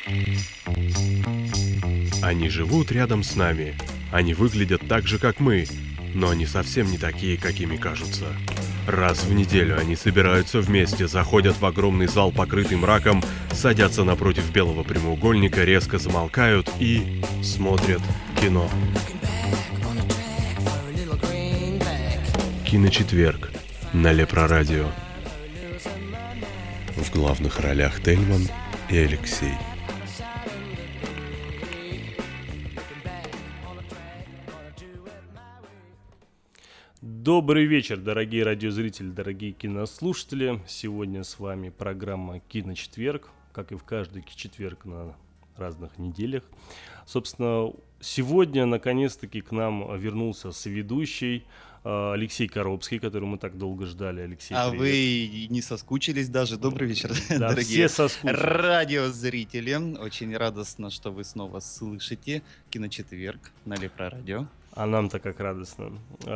Они живут рядом с нами. Они выглядят так же, как мы, но они совсем не такие, какими кажутся. Раз в неделю они собираются вместе, заходят в огромный зал, покрытый мраком, садятся напротив белого прямоугольника, резко замолкают и смотрят кино. Киночетверг на Лепрорадио. В главных ролях Тельман и Алексей. Добрый вечер, дорогие радиозрители, дорогие кинослушатели. Сегодня с вами программа «Киночетверг», как и в каждый четверг на разных неделях. Собственно, сегодня наконец-таки к нам вернулся соведущий Алексей Коробский, которого мы так долго ждали. Алексей, привет. Вы не соскучились даже. Добрый вечер, да, дорогие все радиозрители. Очень радостно, что вы снова слышите «Киночетверг» на Лепрорадио. А нам-то как радостно.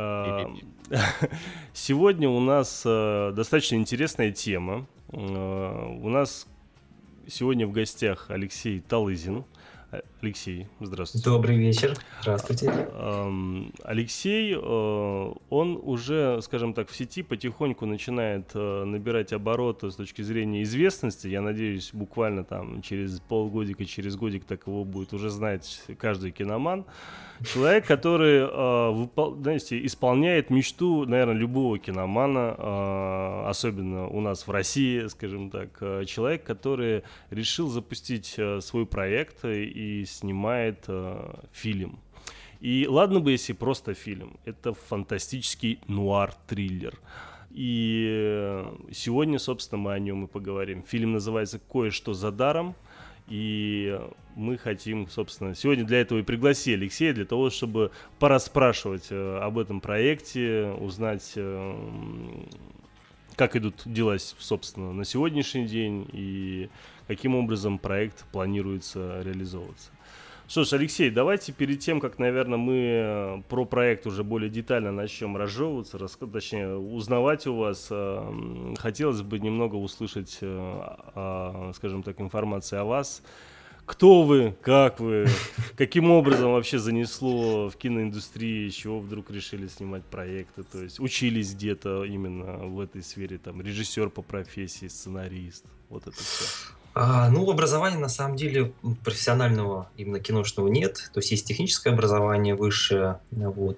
Сегодня у нас достаточно интересная тема. У нас сегодня в гостях Алексей Талызин. Алексей, здравствуйте. Добрый вечер, здравствуйте. Алексей, он уже, скажем так, в сети потихоньку начинает набирать обороты с точки зрения известности. Я надеюсь, буквально там через полгодика, через годик так его будет уже знать каждый киноман. Человек, который, знаете, исполняет мечту, наверное, любого киномана, особенно у нас в России, скажем так. Человек, который решил запустить свой проект и снимает фильм. И ладно бы, если просто фильм. Это фантастический нуар-триллер. И сегодня, собственно, мы о нем и поговорим. Фильм называется «Кое-что за даром». И мы хотим, собственно, сегодня для этого и пригласили Алексея, для того, чтобы порасспрашивать об этом проекте, узнать, как идут дела, собственно, на сегодняшний день и каким образом проект планируется реализовываться. Что ж, Алексей, давайте перед тем, как, наверное, мы про проект уже более детально начнем разжевываться, точнее, узнавать у вас, хотелось бы немного услышать, скажем так, информации о вас. Кто вы, как вы, каким образом вообще занесло в киноиндустрии, с чего вдруг решили снимать проекты, то есть учились где-то именно в этой сфере, там, режиссер по профессии, сценарист, вот это все. Образования на самом деле профессионального именно киношного нет, то есть есть техническое образование высшее, вот.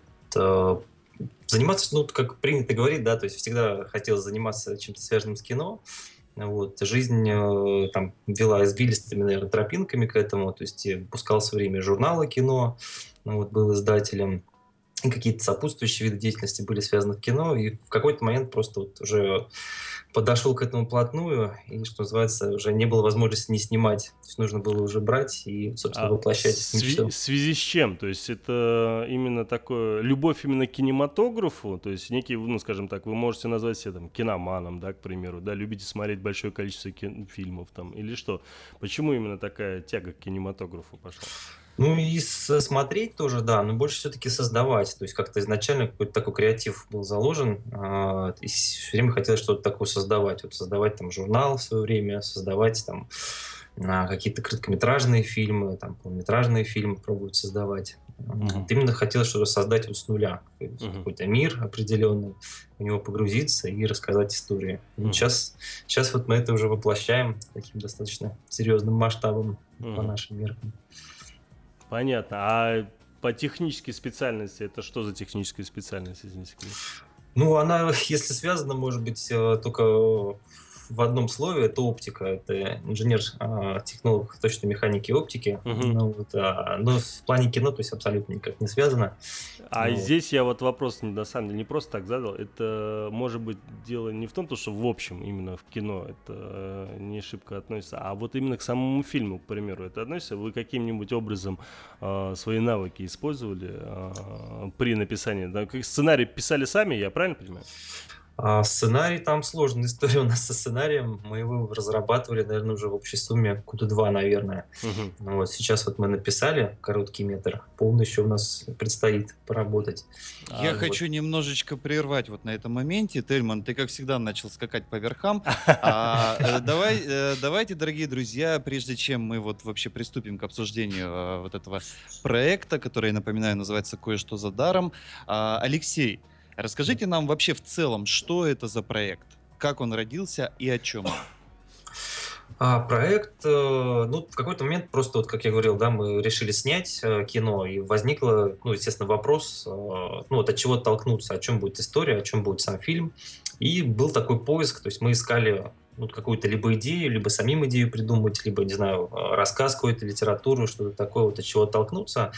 Заниматься, как принято говорить, да, то есть всегда хотел заниматься чем-то связанным с кино, вот. Жизнь там вела извилистыми, наверное, тропинками к этому, то есть выпускал в свое время журналы кино, вот, был издателем, и какие-то сопутствующие виды деятельности были связаны с кино, и в какой-то момент просто вот уже подошел к этому вплотную, и, что называется, уже не было возможности не снимать. То есть нужно было уже брать и, собственно, воплощать мечту. В связи с чем? То есть это именно такое, любовь именно к кинематографу, то есть некий, скажем так, вы можете назвать себя там киноманом, да, к примеру, да, любите смотреть большое количество фильмов там, или что? Почему именно такая тяга к кинематографу пошла? И смотреть тоже, да, но больше все-таки создавать. То есть как-то изначально какой-то такой креатив был заложен, и все время хотелось что-то такое создавать. Вот создавать там журнал в свое время, создавать там какие-то короткометражные фильмы, там полнометражные фильмы пробовать создавать. Вот именно хотелось что-то создать вот с нуля. Какой-то мир определенный, в него погрузиться и рассказать истории. Сейчас вот мы это уже воплощаем таким достаточно серьезным масштабом по нашим меркам. Понятно. А по технической специальности, это что за техническая специальность, извините? Она, если связана, может быть, только в одном слове, это оптика. Это инженер-технолог точной механики и оптики. Но в плане кино, то есть абсолютно никак не связано. Здесь я вот вопрос, на самом деле, не просто так задал. Это может быть дело не в том, что в общем именно в кино это не шибко относится, а вот именно к самому фильму, к примеру, это относится. Вы каким-нибудь образом свои навыки использовали при написании? Да? Сценарий писали сами, я правильно понимаю? А сценарий там сложная история у нас со сценарием. Мы его разрабатывали, наверное, уже в общей сумме года 2, наверное. Мгм. Ну вот сейчас вот мы написали короткий метр, полный еще у нас предстоит поработать. Я Вот. хочу немножечко прервать вот на этом моменте. Тельман, ты, как всегда, начал скакать по верхам. Давайте, дорогие друзья, прежде чем мы вот вообще приступим к обсуждению вот этого проекта, который, я напоминаю, называется «Кое-что за даром». Алексей, расскажите нам вообще в целом, что это за проект, как он родился и о чем он. Проект, ну, в какой-то момент просто, вот, как я говорил, да, мы решили снять кино, и возникло, ну, естественно, вопрос, ну, вот от чего оттолкнуться, о чем будет история, о чем будет сам фильм. И был такой поиск, то есть мы искали ну, какую-то либо идею, либо самим идею придумать, либо, не знаю, рассказ какой-то, литературу, что-то такое, вот от чего оттолкнуться.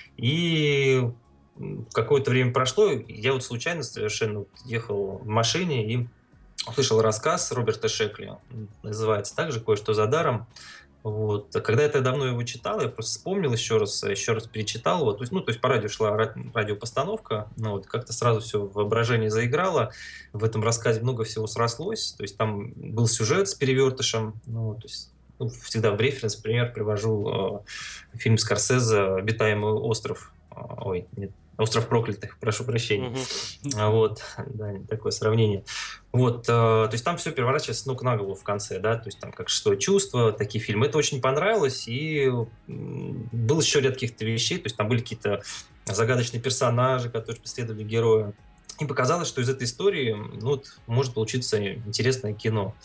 И какое-то время прошло, я вот случайно совершенно ехал в машине и услышал рассказ Роберта Шекли, называется также «Кое-что за даром». Вот. А когда я тогда давно его читал, я просто вспомнил еще раз перечитал его. То есть по радио шла радиопостановка, ну, вот, как-то сразу все воображение заиграло. В этом рассказе много всего срослось. То есть там был сюжет с перевертышем. Ну, то есть, ну, всегда в референс, пример привожу фильм Скорсезе «Обитаемый остров». Ой, нет, «Остров проклятых», прошу прощения. Вот, да, такое сравнение. Вот, то есть там все переворачивается с ног на голову в конце, да, то есть там как «Шестое чувство», такие фильмы. Это очень понравилось, и было еще ряд каких-то вещей, то есть там были какие-то загадочные персонажи, которые преследовали героя. И показалось, что из этой истории ну, вот, может получиться интересное кино.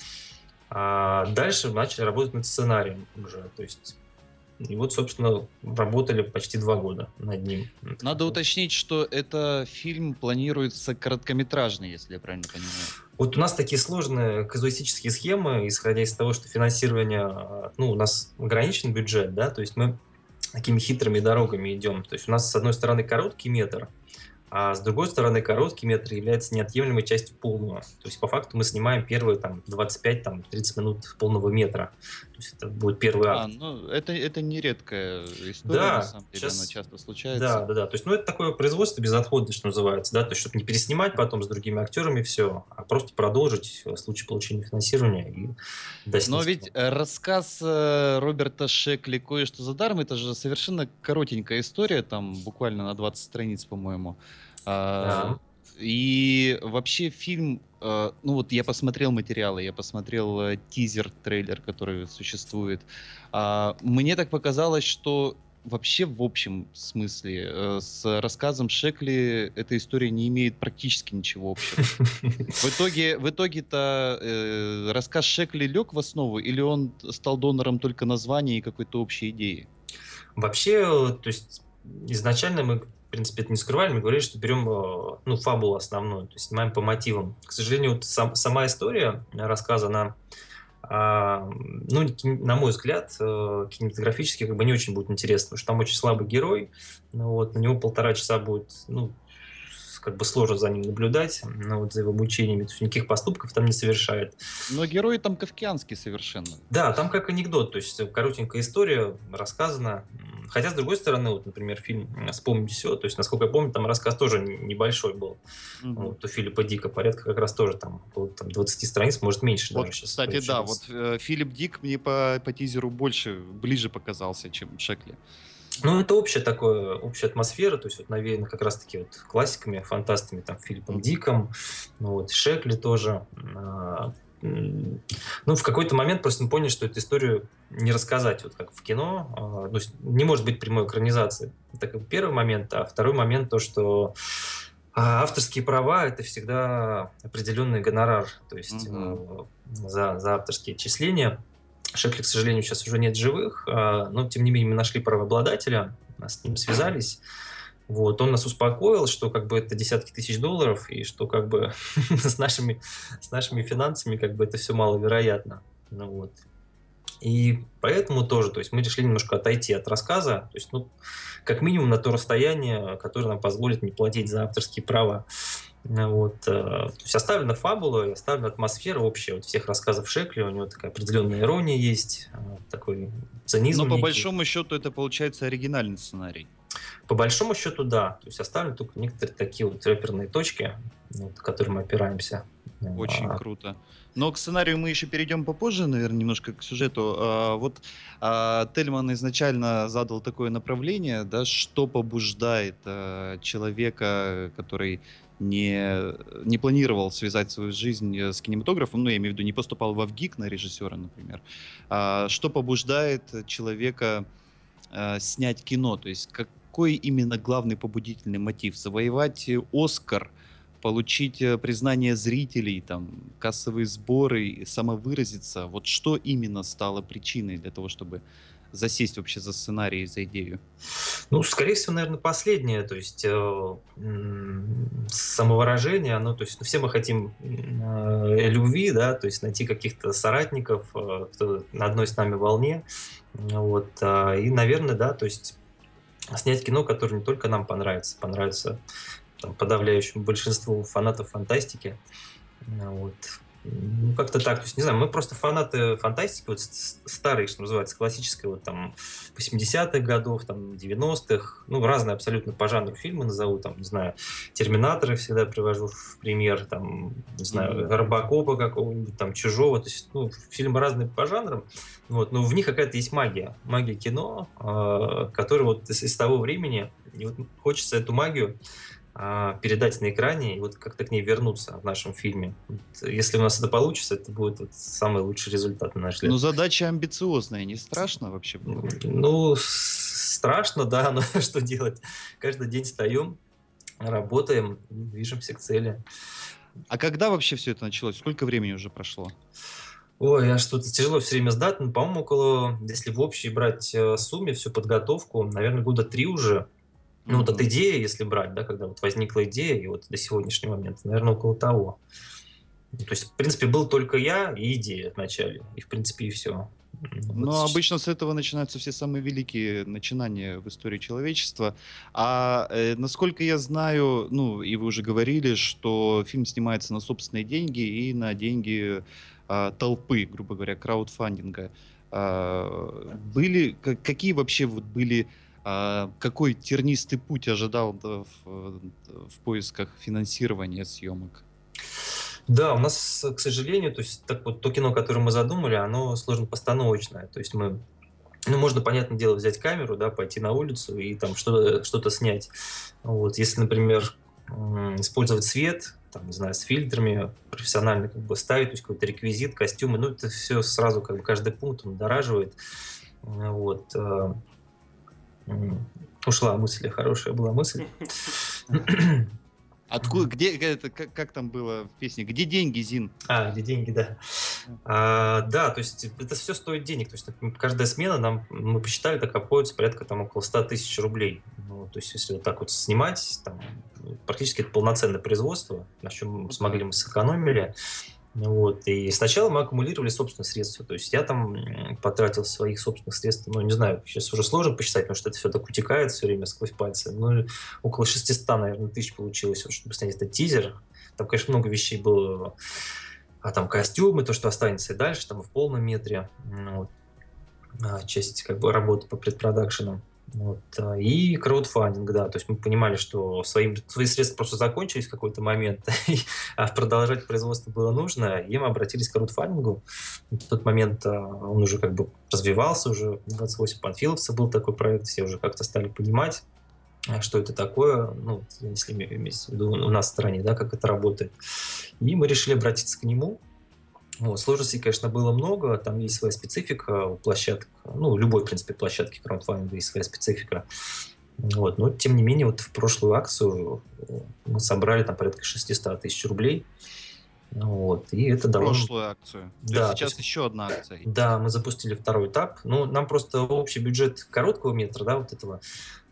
А дальше начали работать над сценарием уже, то есть... И вот, собственно, работали почти 2 года над ним. Надо уточнить, что это фильм планируется короткометражный, если я правильно понимаю. Вот у нас такие сложные казуистические схемы, исходя из того, что финансирование, ну, у нас ограничен бюджет, да, то есть мы такими хитрыми дорогами идем. То есть у нас, с одной стороны, короткий метр, а с другой стороны, короткий метр является неотъемлемой частью полного. То есть, по факту, мы снимаем первые там, 25-30 минут полного метра. То есть, это будет первый акт. Ну, это не редкая история, Да, на самом деле, она часто случается. Да. То есть, ну, это такое производство безотходное, что называется, да, то есть, чтобы не переснимать потом с другими актерами все, а просто продолжить в случае получения финансирования и доснять. Но ведь рассказ Роберта Шекли «Кое-что за даром» — это же совершенно коротенькая история, там буквально на 20 страниц, по-моему. Да. И вообще фильм, ну вот я посмотрел материалы, я посмотрел тизер, трейлер, который существует. Мне так показалось, что вообще в общем смысле с рассказом Шекли эта история не имеет практически ничего общего. В итоге-то рассказ Шекли лег в основу, или он стал донором только названия и какой-то общей идеи? Вообще, то есть изначально мы, в принципе, это не скрывали, мы говорили, что берем ну, фабулу основную, то есть снимаем по мотивам. К сожалению, вот сама история рассказа, она, ну, на мой взгляд, кинематографически как бы не очень будет интересно, потому что там очень слабый герой, ну, вот, на него 1,5 часа будет, ну, как бы сложно за ним наблюдать, ну, вот, за его обучениями, то есть никаких поступков там не совершает. Но герой там кафкианский совершенно. Да, там как анекдот, то есть коротенькая история рассказана. Хотя, с другой стороны, вот, например, фильм «Вспомнить все», то есть, насколько я помню, там рассказ тоже небольшой был. Вот, у Филиппа Дика порядка как раз тоже там, там 20 страниц, может, меньше Вот, даже сейчас. кстати, да, вот Филипп Дик мне по тизеру ближе показался, чем Шекли. Ну, это общая атмосфера, то есть вот навеяна как раз-таки вот классиками, фантастами, там, Филиппом Диком, ну, вот, Шекли тоже. Ну, в какой-то момент просто мы поняли, что эту историю не рассказать, вот как в кино. То есть не может быть прямой экранизации. Это как первый момент. А второй момент то, что авторские права — это всегда определенный гонорар, то есть за авторские отчисления. Шекли, к сожалению, сейчас уже нет живых, но тем не менее мы нашли правообладателя, с ним связались. Вот, он нас успокоил, что как бы это десятки тысяч долларов, и что как бы с нашими финансами как бы это все маловероятно. Ну, вот. И поэтому тоже, то есть мы решили немножко отойти от рассказа, то есть, ну, как минимум на то расстояние, которое нам позволит не платить за авторские права. Вот. То есть оставлена фабула, оставлена атмосфера общая вот всех рассказов Шекли, у него такая определенная ирония есть, такой цинизм. Но по некий. большому счету это получается оригинальный сценарий. По большому счету, да. То есть оставлены только некоторые такие вот рэперные точки, вот, к которым мы опираемся. Очень круто. Но к сценарию мы еще перейдем попозже, наверное, немножко к сюжету. Тельман изначально задал такое направление, да, что побуждает человека, который не планировал связать свою жизнь с кинематографом, ну, я имею в виду, не поступал в ВГИК на режиссера, например, что побуждает человека снять кино, то есть какой именно главный побудительный мотив? Завоевать Оскар, получить признание зрителей, там, кассовые сборы, самовыразиться. Вот что именно стало причиной для того, чтобы засесть вообще за сценарий, за идею? Ну, скорее всего, наверное, последнее, то есть самовыражение, оно, то есть все мы хотим любви, да, то есть найти каких-то соратников, кто на одной с нами волне, вот, и, наверное, да, то есть снять кино, которое не только нам понравится там, подавляющему большинству фанатов фантастики, вот. Ну, как-то так. То есть, не знаю, мы просто фанаты фантастики, вот старой, что называется, классической, вот там 80-х годов, там 90-х, ну, разные абсолютно по жанру фильмы назову, там, не знаю, «Терминаторы» всегда привожу в пример, там, не знаю, «Робокопа» какого-нибудь, там, «Чужого», то есть, ну, фильмы разные по жанрам, вот, но в них какая-то есть магия кино, которая вот из того времени, и вот хочется эту магию передать на экране и вот как-то к ней вернуться в нашем фильме. Вот, если у нас это получится, это будет вот самый лучший результат, на наш взгляд. Ну, задача амбициозная, не страшно вообще было? Ну, страшно, да, но что делать? Каждый день встаем, работаем, движемся к цели. А когда вообще все это началось? Сколько времени уже прошло? Ой, я что-то тяжело все время сдать, но, по-моему, около, если в общей брать сумме, всю подготовку, наверное, года 3 уже. Ну, вот от идеи, если брать, да, когда вот возникла идея, и вот до сегодняшнего момента, наверное, около того. То есть, в принципе, был только я и идея вначале, и, в принципе, и все. Но обычно с этого начинаются все самые великие начинания в истории человечества. Насколько я знаю, ну, и вы уже говорили, что фильм снимается на собственные деньги и на деньги толпы, грубо говоря, краудфандинга. Какие вообще вот были... какой тернистый путь ожидал в поисках финансирования съемок? Да, у нас, к сожалению, то есть так вот то кино, которое мы задумали, оно сложно-постановочное. То есть мы, ну, можно, понятное дело, взять камеру, да, пойти на улицу и там что-то снять. Вот, если, например, использовать свет, там, не знаю, с фильтрами, профессионально как бы ставить, то есть какой-то реквизит, костюмы, ну, это все сразу, как бы, каждый пункт он дораживает. Вот. Ушла мысль, хорошая была мысль. Откуда, где, это, как там было в песне? Где деньги, Зин? Где деньги, да. Да, то есть это все стоит денег. То есть каждая смена мы посчитали, так обходится порядка там около 100 тысяч рублей. Ну, то есть если вот так вот снимать, там, практически это полноценное производство, на чем смогли мы сэкономили. Вот. И сначала мы аккумулировали собственные средства. То есть я там потратил своих собственных средств, ну, не знаю, сейчас уже сложно посчитать, потому что это все так утекает все время сквозь пальцы. Ну, около 600, наверное, тысяч получилось, чтобы снять этот тизер. Там, конечно, много вещей было. Там костюмы, то, что останется и дальше, там в полном метре. Вот. Часть как бы работы по предпродакшенам. Вот. И краудфандинг, да, то есть мы понимали, что свои средства просто закончились в какой-то момент, а продолжать производство было нужно, и мы обратились к краудфандингу. В тот момент он уже как бы развивался, уже 28 панфиловцев был такой проект, все уже как-то стали понимать, что это такое, ну, если иметь в виду у нас в стране, да, как это работает. И мы решили обратиться к нему. Вот, сложностей, конечно, было много, там есть своя специфика у площадок, ну, любой, в принципе, площадки краудфандинга есть своя специфика. Вот, но, тем не менее, вот в прошлую акцию мы собрали там порядка 600 тысяч рублей. Вот, и это дало... Прошлую акцию? Да. То есть сейчас еще одна акция? Да, мы запустили второй этап. Ну, нам просто общий бюджет короткого метра, да, вот этого,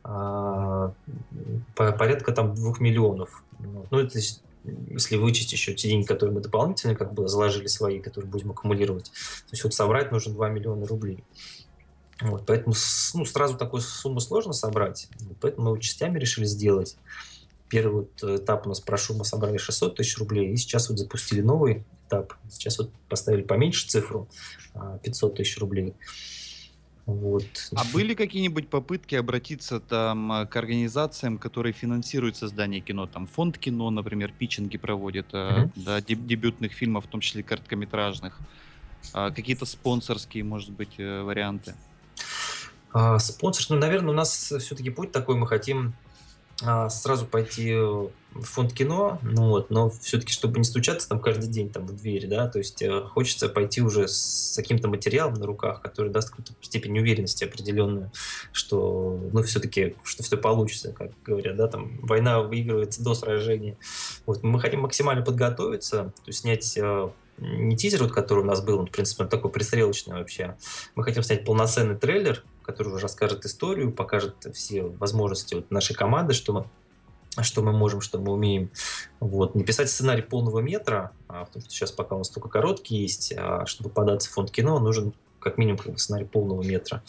порядка там 2 миллионов. Ну, это если вычесть еще те деньги, которые мы дополнительно как бы заложили свои, которые будем аккумулировать, то есть вот собрать нужно 2 миллиона рублей. Вот, поэтому сразу такую сумму сложно собрать, поэтому мы частями решили сделать. Первый вот этап у нас прошел, мы собрали 600 тысяч рублей, и сейчас вот запустили новый этап. Сейчас вот поставили поменьше цифру, 500 тысяч рублей. Вот. А были какие-нибудь попытки обратиться там к организациям, которые финансируют создание кино? Там фонд кино, например, питчинги проводит, Мгм. да, дебютных фильмов, в том числе короткометражных. Какие-то спонсорские, может быть, варианты? Спонсор, ну, наверное, у нас все-таки путь такой, мы хотим сразу пойти в фонд кино, ну вот, но все-таки, чтобы не стучаться там каждый день там в двери, да, то есть хочется пойти уже с каким-то материалом на руках, который даст какую-то степень уверенности определенную, что, ну, все-таки, что все получится, как говорят, да, там, война выигрывается до сражения. Вот, мы хотим максимально подготовиться, то есть снять не тизер, вот, который у нас был, в принципе, он такой пристрелочный вообще. Мы хотим снять полноценный трейлер, который уже расскажет историю, покажет все возможности вот нашей команды, что мы можем, что мы умеем. Вот. Написать сценарий полного метра, потому что сейчас пока у нас только короткий есть, чтобы податься в фонд кино, нужен как минимум сценарий полного метра.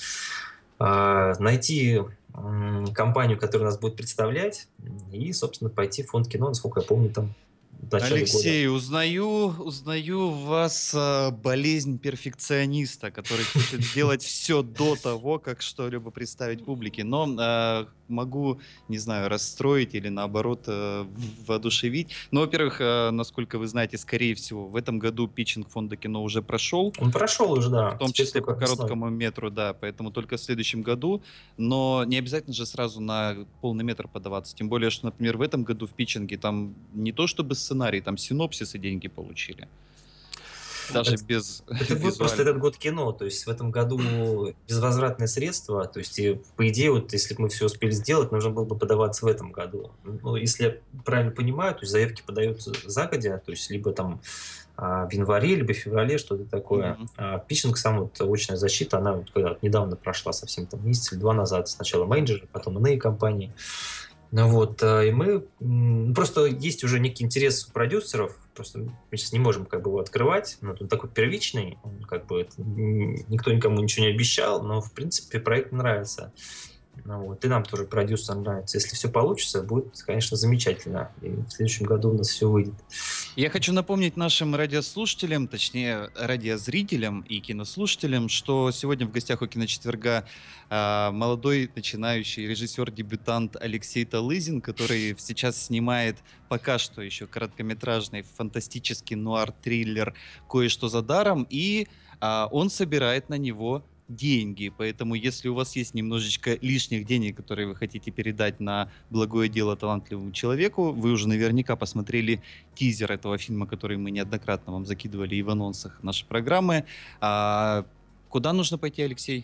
Найти компанию, которая нас будет представлять, и, собственно, пойти в фонд кино, насколько я помню, там в начале Алексей, года. узнаю в вас болезнь перфекциониста, который хочет сделать все до того, как что-либо представить публике. Но могу, не знаю, расстроить или наоборот воодушевить. Ну, во-первых, насколько вы знаете, скорее всего, в этом году питчинг фонда кино уже прошел. Он прошел уже, да. В том Теперь числе по только весной. короткому метру, да, поэтому только в следующем году, но не обязательно же сразу на полный метр подаваться, тем более, что, например, в этом году в питчинге там не то чтобы сценарий, там синопсис и деньги получили, даже без Это год, просто визуального. этот год кино, то есть в этом году безвозвратные средства, то есть и, по идее, вот если бы мы все успели сделать, нужно было бы подаваться в этом году. Ну, если я правильно понимаю, то есть заявки подаются загодя, то есть либо там в январе, либо в феврале, что-то такое. Мгм. Питчинг, сам вот очная защита, она вот когда недавно прошла, совсем там месяц или два назад, сначала менеджеры, потом иные компании. Ну вот, и мы, просто есть уже некий интерес у продюсеров, просто мы сейчас не можем как бы его открывать, но он такой первичный, он как бы никто никому ничего не обещал, но в принципе проект нравится. Ну вот, и нам тоже продюсер нравится. Если все получится, будет, конечно, замечательно. И в следующем году у нас все выйдет. Я хочу напомнить нашим радиослушателям, точнее радиозрителям и кинослушателям, что сегодня в гостях у Киночетверга молодой начинающий режиссер-дебютант Алексей Талызин, который сейчас снимает пока что еще короткометражный фантастический нуар-триллер «Кое-что за даром», и он собирает на него деньги, поэтому если у вас есть немножечко лишних денег, которые вы хотите передать на благое дело талантливому человеку, вы уже наверняка посмотрели тизер этого фильма, который мы неоднократно вам закидывали и в анонсах нашей программы. Куда нужно пойти, Алексей?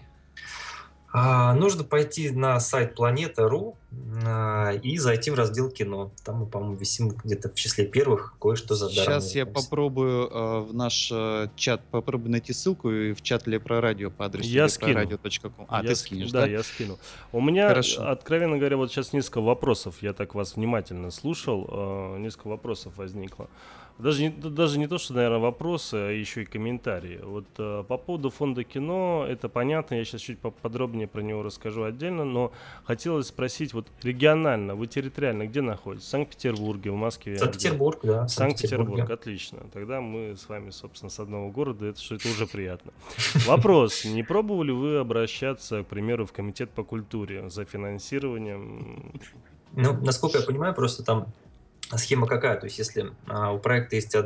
Нужно пойти на сайт Planeta.ru и зайти в раздел кино. Там мы, по-моему, висим где-то в числе первых «Кое-что за даром». Сейчас я попробую в наш чат попробую найти ссылку и в чат Лепрорадио по адресу leproradio.com. Ты скинешь, да? Да, я скину. У меня, Хорошо. откровенно говоря, вот сейчас несколько вопросов. Я так вас внимательно слушал. Несколько вопросов возникло. Даже не то, что, наверное, вопросы, а еще и комментарии. Вот по поводу фонда кино, это понятно, я сейчас чуть поподробнее про него расскажу отдельно, но хотелось спросить, вот регионально, вы территориально где находитесь? В Санкт-Петербурге, в Москве? Санкт-Петербург, да. Санкт-Петербург, отлично. Тогда мы с вами, собственно, с одного города, это уже приятно. Вопрос, не пробовали вы обращаться, к примеру, в комитет по культуре за финансированием? Ну, насколько я понимаю, просто там схема какая, то есть если у проекта есть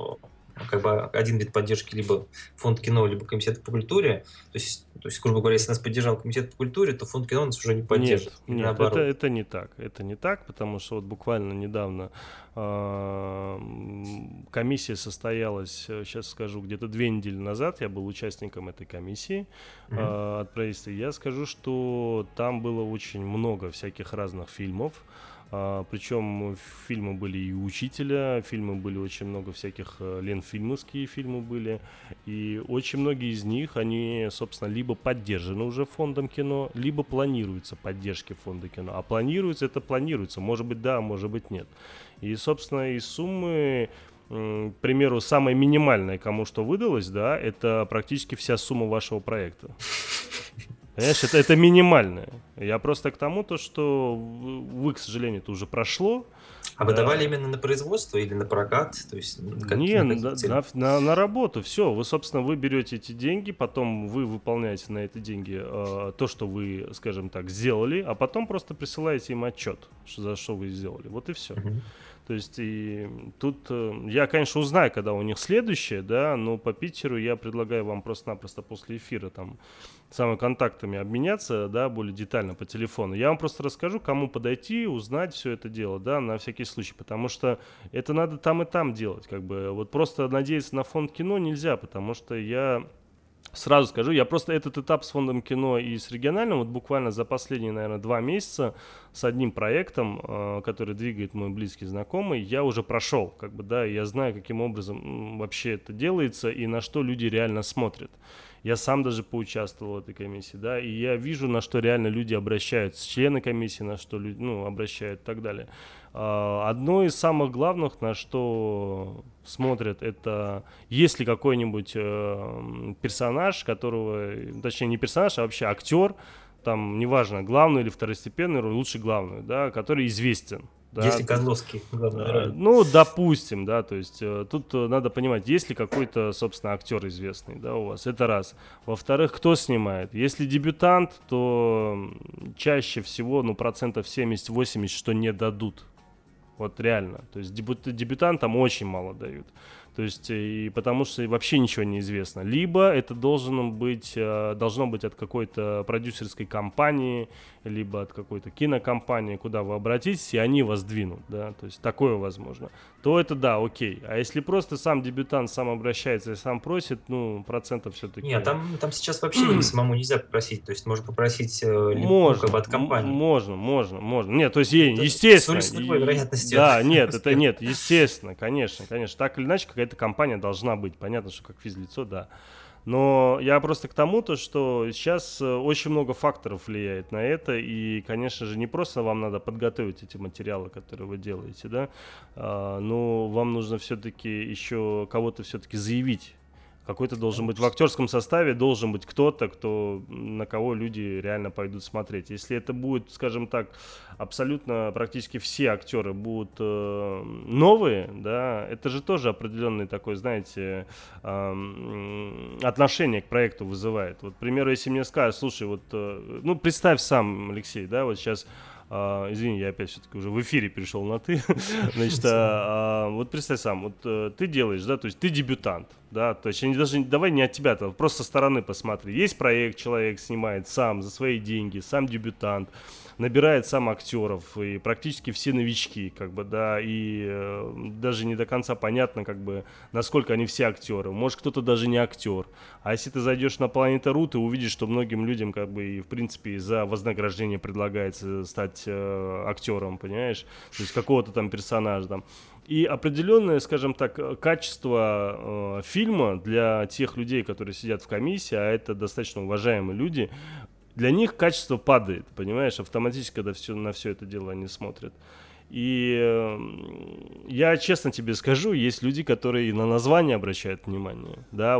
один вид поддержки, либо фонд кино, либо комитет по культуре, то есть, грубо говоря, если нас поддержал комитет по культуре, то фонд кино нас уже не поддержит. Нет, это не так. Это не так, потому что вот буквально недавно комиссия состоялась, сейчас скажу, где-то 2 недели назад, я был участником этой комиссии от правительства. Я скажу, что там было очень много всяких разных фильмов. Причем фильмы были и у учителя, фильмы были очень много всяких, ленфильмовские фильмы были. И очень многие из них, они, собственно, либо поддержаны уже фондом кино, либо планируется поддержки фонда кино. А планируется, может быть да, может быть нет. И, собственно, из суммы, к примеру, самая минимальная, кому что выдалось, да, это практически вся сумма вашего проекта. Понимаешь, это минимальное. Я просто к тому, что вы, к сожалению, это уже прошло. А вы давали именно на производство или на прокат? То есть Не, на какие цели? на работу, все. Вы, собственно, вы берете эти деньги, потом вы выполняете на эти деньги то, что вы, скажем так, сделали, а потом просто присылаете им отчет, за что вы сделали. Вот и все. Мгм. То есть и тут я, конечно, узнаю, когда у них следующее, да, но по Питеру я предлагаю вам просто-напросто после эфира там самыми контактами обменяться, да, более детально по телефону. Я вам просто расскажу, кому подойти, узнать все это дело, да, на всякий случай, потому что это надо там и там делать, как бы. Вот просто надеяться на фонд кино нельзя, потому что я сразу скажу, я просто этот этап с фондом кино и с региональным вот буквально за последние, наверное, 2 месяца с одним проектом, который двигает мой близкий знакомый, я уже прошел, как бы, да, и я знаю, каким образом вообще это делается и на что люди реально смотрят. Я сам даже поучаствовал в этой комиссии, да, и я вижу, на что реально люди обращаются, члены комиссии, на что люди, обращают и так далее. Одно из самых главных, на что смотрят, это есть ли какой-нибудь персонаж, которого, точнее не персонаж, а вообще актер, там, неважно, главную или второстепенную роль, лучше главную, да, который известен. Да, Если Козловский главная роль. ну, допустим, да, то есть тут надо понимать, есть ли какой-то, собственно, актер известный, да, у вас, это раз. Во-вторых, кто снимает? Если дебютант, то чаще всего, 70-80%, что не дадут. Вот реально. То есть дебютантам очень мало дают. То есть и потому что вообще ничего не известно. Либо это должно быть от какой-то продюсерской компании, либо от какой-то кинокомпании, куда вы обратитесь, и они вас двинут, да, то есть такое возможно. То это да, окей. А если просто сам дебютант сам обращается и сам просит, процентов все-таки... Нет, там сейчас вообще самому нельзя попросить. То есть можно попросить Можно, от компании. можно. Нет, то есть, Это естественно. с нулевой вероятностью. Да, нет, это нет, естественно, конечно. Так или иначе, какая-то компания должна быть. Понятно, что как физлицо, да. Но я просто к тому, что сейчас очень много факторов влияет на это, и, конечно же, не просто вам надо подготовить эти материалы, которые вы делаете, да, но вам нужно все-таки еще кого-то все-таки заявить. Какой-то должен быть в актерском составе, должен быть кто-то, на кого люди реально пойдут смотреть. Если это будет, скажем так, абсолютно практически все актеры будут новые, да, это же тоже определенный такой, знаете, отношение к проекту вызывает. Вот, к примеру, если мне скажут, слушай, представь сам, Алексей, да, вот сейчас... извини, я опять все-таки уже в эфире перешел на «ты». Значит, вот представь сам, вот ты делаешь, да, то есть ты дебютант, да, то есть даже давай не от тебя, просто со стороны посмотри. Есть проект, человек снимает сам за свои деньги, сам дебютант, набирает сам актеров, и практически все новички, как бы, да, и даже не до конца понятно, как бы, насколько они все актеры. Может, кто-то даже не актер. А если ты зайдешь на Planet.ru, ты увидишь, что многим людям, как бы, и, в принципе, за вознаграждение предлагается стать актером, понимаешь? То есть какого-то там персонажа там. И определенное, скажем так, качество фильма для тех людей, которые сидят в комиссии, а это достаточно уважаемые люди, для них качество падает, понимаешь, автоматически, когда на все это дело они смотрят. И я честно тебе скажу, есть люди, которые на название обращают внимание, да,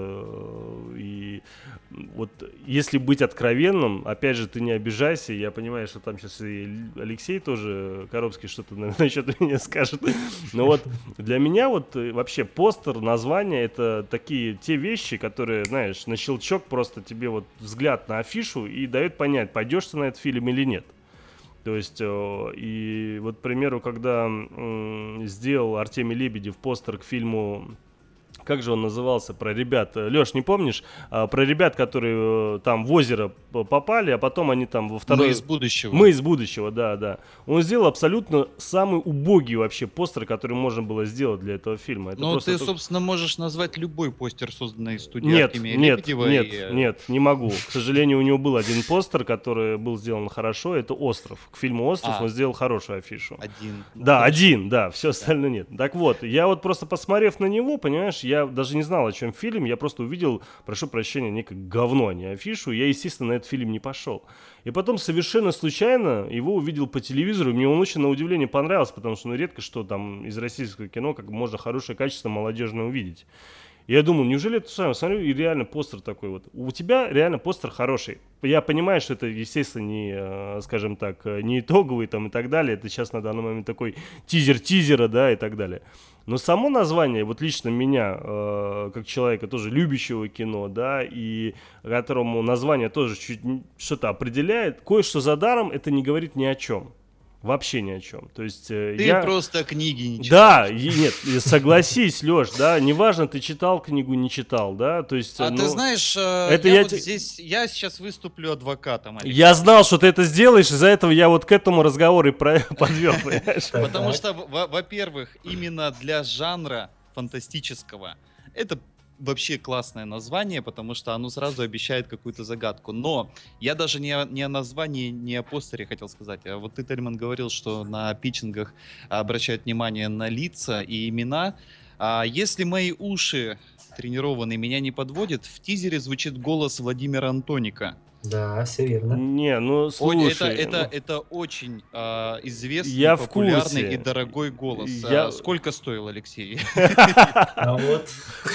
и вот если быть откровенным, опять же, ты не обижайся, я понимаю, что там сейчас и Алексей тоже Коробский что-то насчет меня скажет, но вот для меня вообще постер, название, это те вещи, которые, знаешь, на щелчок просто тебе взгляд на афишу и дает понять, пойдешь ты на этот фильм или нет. То есть, и к примеру, когда сделал Артемий Лебедев постер к фильму, как же он назывался, про ребят, Леш, не помнишь? Про ребят, которые там в озеро попали, а потом они там во второй... Мы из будущего. Мы из будущего, да. Он сделал абсолютно самый убогий вообще постер, который можно было сделать для этого фильма. Это ты, собственно, можешь назвать любой постер, созданный студией Артемия Лебедева. Нет, не могу. К сожалению, у него был один постер, который был сделан хорошо, это «Остров». К фильму «Остров» он сделал хорошую афишу. Один, все остальное нет. Так вот, я просто посмотрев на него, понимаешь, я даже не знал, о чем фильм, я просто увидел, прошу прощения, некое говно, а не афишу, я, естественно, на этот фильм не пошел. И потом совершенно случайно его увидел по телевизору, и мне он очень на удивление понравился, потому что редко что там из российского кино как можно хорошее качество молодежное увидеть. И я думал, неужели это самое? Смотрю, и реально постер такой вот. У тебя реально постер хороший. Я понимаю, что это, естественно, не, скажем так, не итоговый там и так далее. Это сейчас на данный момент такой тизер тизера, да, и так далее. Но само название, вот лично меня, как человека тоже любящего кино, да, и которому название тоже чуть что-то определяет, кое-что за даром, это не говорит ни о чем. Вообще ни о чем. То есть Ты просто книги не да, читаешь. нет, согласись, Леш, да, неважно, ты читал книгу, не читал, да, то есть... А ну, ты знаешь, это я я вот здесь, я сейчас выступлю адвокатом, Алексей. Я знал, что ты это сделаешь, из-за этого я вот к этому разговору и подвел, понимаешь? Потому что, во-первых, именно для жанра фантастического это вообще классное название, потому что оно сразу обещает какую-то загадку. Но я даже не о названии, не о постере хотел сказать. А вот ты, Тельман, говорил, что на питчингах обращают внимание на лица и имена. Если мои уши тренированные меня не подводят, в тизере звучит голос Владимира Антоника. Да, все верно. Не, ну слушай... Это очень известный, Я в популярный курсе. и дорогой голос. Сколько стоил, Алексей? А вот...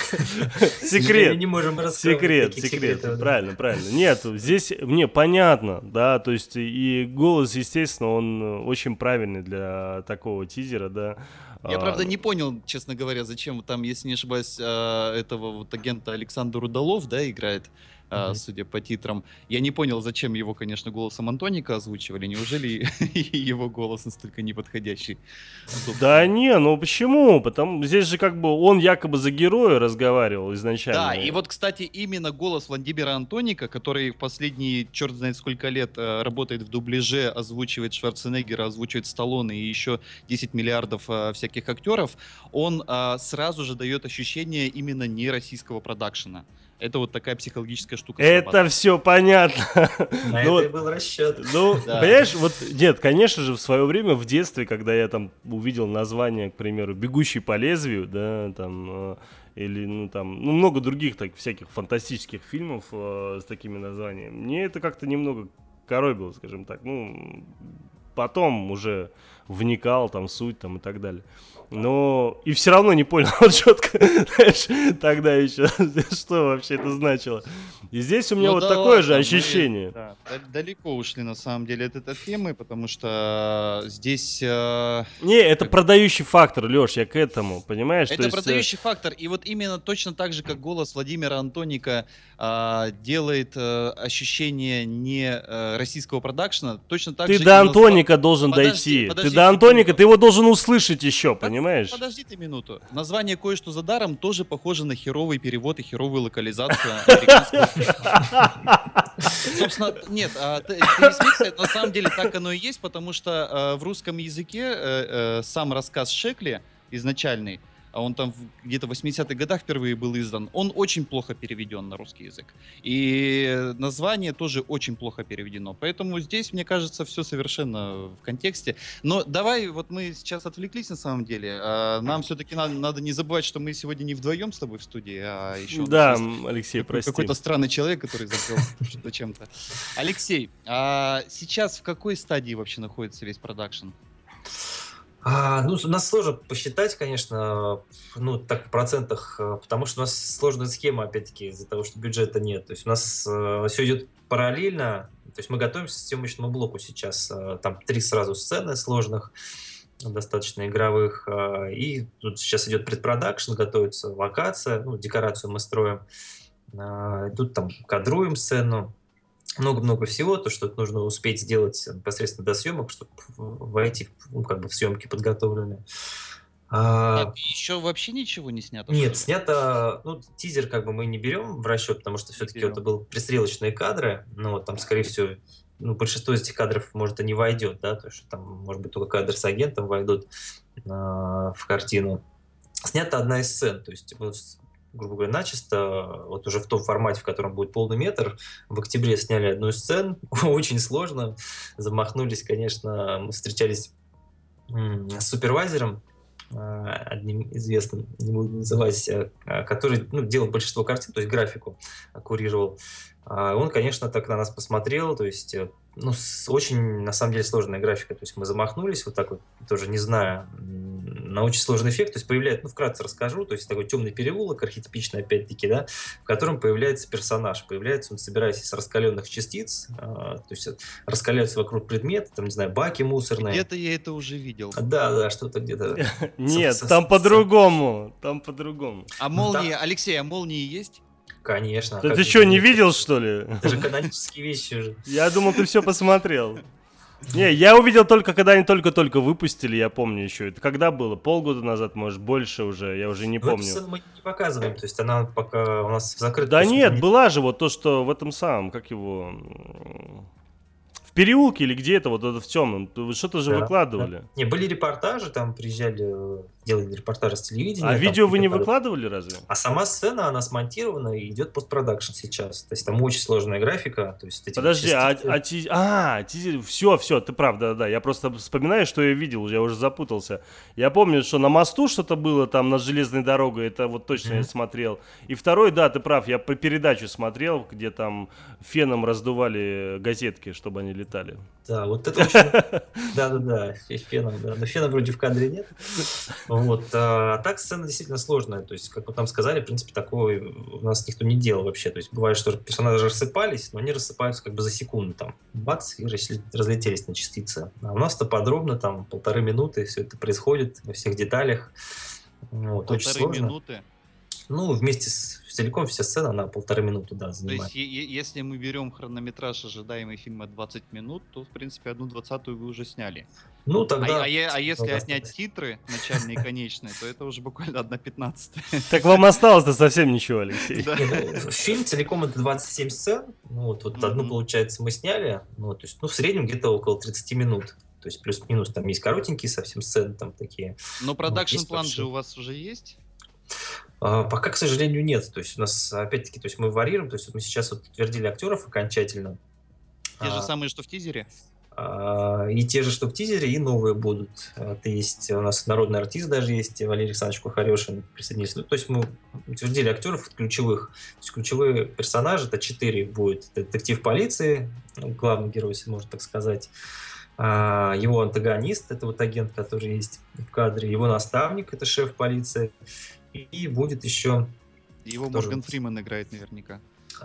Секрет. Не можем рассказать. Секрет. Правильно. Нет, здесь мне понятно, да, то есть и голос, естественно, он очень правильный для такого тизера, да. Я, правда, не понял, честно говоря, зачем там, если не ошибаюсь, этого вот агента Александр Удалов, да, играет, судя по титрам. Я не понял, зачем его, конечно, голосом Антоника озвучивали. Неужели его голос настолько неподходящий? Да не, ну почему? Потому здесь же как бы он якобы за героя разговаривал изначально. Да, и вот, кстати, именно голос Владимира Антоника, который в последние, черт знает сколько лет, работает в дубляже, озвучивает Шварценеггера, озвучивает Сталлоне и еще 10 миллиардов всяких актеров, он сразу же дает ощущение именно не российского продакшена. Это вот такая психологическая штука. Это все понятно. На это и был расчет. Ну, понимаешь, вот, нет, конечно же, в свое время, в детстве, когда я там увидел название, к примеру, «Бегущий по лезвию», да, там, или, ну, там, ну, много других так, всяких фантастических фильмов с такими названиями, мне это как-то немного коробило, скажем так, ну, потом уже вникал, там, суть, там, и так далее. Но и все равно не понял вот четко, знаешь, тогда еще, что вообще это значило. И здесь у меня вот такое же ощущение. Далеко ушли на самом деле от этой темы, потому что здесь... Не, это продающий фактор, Леш, я к этому, понимаешь? Это продающий фактор, и вот именно точно так же, как голос Владимира Антоника делает ощущение не российского продакшена, точно так же... Ты до Антоника должен дойти. Ты до Антоника, ты его должен услышать еще, понимаешь? Подожди ты минуту. Название «Кое-что за даром» тоже похоже на херовый перевод и херовую локализацию Собственно, нет, ты не смейся, на самом деле так оно и есть, потому что в русском языке сам рассказ Шекли изначальный, а он там где-то в 80-х годах впервые был издан, он очень плохо переведен на русский язык. И название тоже очень плохо переведено. Поэтому здесь, мне кажется, все совершенно в контексте. Но давай, вот мы сейчас отвлеклись на самом деле. Нам все-таки надо не забывать, что мы сегодня не вдвоем с тобой в студии, а еще... Да, Алексей, прости. Какой-то странный человек, который закрыл что-то чем-то. Алексей, а сейчас в какой стадии вообще находится весь продакшн? Ну, у нас сложно посчитать, конечно, ну, так в процентах, потому что у нас сложная схема, опять-таки, из-за того, что бюджета нет. То есть у нас все идет параллельно, то есть мы готовимся к съемочному блоку сейчас, там 3 сразу сцены сложных, достаточно игровых, и тут сейчас идет предпродакшн, готовится локация, ну, декорацию мы строим, тут там кадруем сцену, много-много всего, то, что нужно успеть сделать непосредственно до съемок, чтобы войти как бы в съемки подготовленные. Еще вообще ничего не снято? Нет, снято, ну, тизер как бы мы не берем в расчет, потому что все-таки это были пристрелочные кадры, но вот там, скорее всего, ну, большинство из этих кадров, может, и не войдет, да, то есть там, может быть, только кадры с агентом войдут в картину. Снята одна из сцен, то есть мы, грубо говоря, начисто, вот уже в том формате, в котором будет полный метр, в октябре сняли одну из сцен, очень сложно, замахнулись, конечно, мы встречались с супервайзером, одним известным, не буду называть, который, ну, делал большинство картин, то есть графику курировал. Он, конечно, так на нас посмотрел, то есть, ну, очень, на самом деле, сложная графика, то есть мы замахнулись вот так вот, тоже не зная, на очень сложный эффект. То есть появляется, ну, вкратце расскажу, то есть такой темный переулок, архетипичный опять-таки, да, в котором появляется персонаж. Появляется он, собираясь из раскаленных частиц, то есть раскаляются вокруг предметы, там, не знаю, баки мусорные. Где-то я это уже видел. Да, что-то где-то. Нет, там по-другому. Там по-другому. А молнии, Алексей, а молнии есть? Конечно. Ты что, не видел, что ли? Это же канонические вещи уже. Я думал, ты все посмотрел. Не, я увидел только, когда они только-только выпустили, я помню еще. Это когда было? Полгода назад, может, больше уже, я уже не Но эту помню. сцену мы не показываем, то есть она пока у нас закрыта. Да нет, была же вот то, что в этом самом, как его... В переулке или где это, вот это в темном, что-то же выкладывали. Да. Не, были репортажи, там приезжали, делали репортажи с телевидения. А там видео вы не какие-то- выкладывали разве? А сама сцена, она смонтирована и идет постпродакшн сейчас. То есть там очень сложная графика. То есть эти Подожди, частицы- тизер, все, ты прав, да, я просто вспоминаю, что я видел, я уже запутался. Я помню, что на мосту что-то было там над железной дорогой, это вот точно я смотрел. И второй, да, ты прав, я по передачу смотрел, где там феном раздували газетки, чтобы они летали. Да, вот это очень... Да, феном, да. Но фена вроде в кадре нет. Вот. А так сцена действительно сложная. То есть, как вы там сказали, в принципе, такое у нас никто не делал вообще. То есть, бывает, что персонажи рассыпались, но они рассыпаются как бы за секунду. Там, бац, и разлетелись на частицы. А у нас-то подробно, там, 1,5 минуты все это происходит во всех деталях. Вот, очень 1,5 сложно. минуты. Ну, вместе целиком вся сцена на 1,5 минуты, да, То занимает. есть, если мы берем хронометраж ожидаемый фильма 20 минут, то, в принципе, 1/20 вы уже сняли. Ну, тогда... А если тогда отнять осталось. титры, начальные и конечные, то это уже буквально 1/15. Так вам осталось-то совсем ничего, Алексей. Да. Не, ну, фильм целиком это 27 сцен. Ну, вот одну, Мгм. получается, мы сняли. Ну, то есть, ну, в среднем где-то около 30 минут. То есть плюс-минус там есть коротенькие совсем сцены там такие. Но продакшн-план есть же у вас уже есть? Пока, к сожалению, нет. То есть у нас, опять-таки, то есть мы варьируем. То есть вот мы сейчас вот утвердили актеров окончательно. Те же А, самые, что в тизере? И те же, что в тизере, и новые будут. Это есть у нас народный артист даже есть, Валерий Александрович Кухарешин присоединился. Ну, то есть мы утвердили актеров ключевых. То есть ключевые персонажи, это 4 будет. Это детектив полиции, ну, главный герой, если можно так сказать. Его антагонист, это вот агент, который есть в кадре. Его наставник, это шеф полиции. И будет еще... Его Тоже Морган вот. Фриман играет наверняка.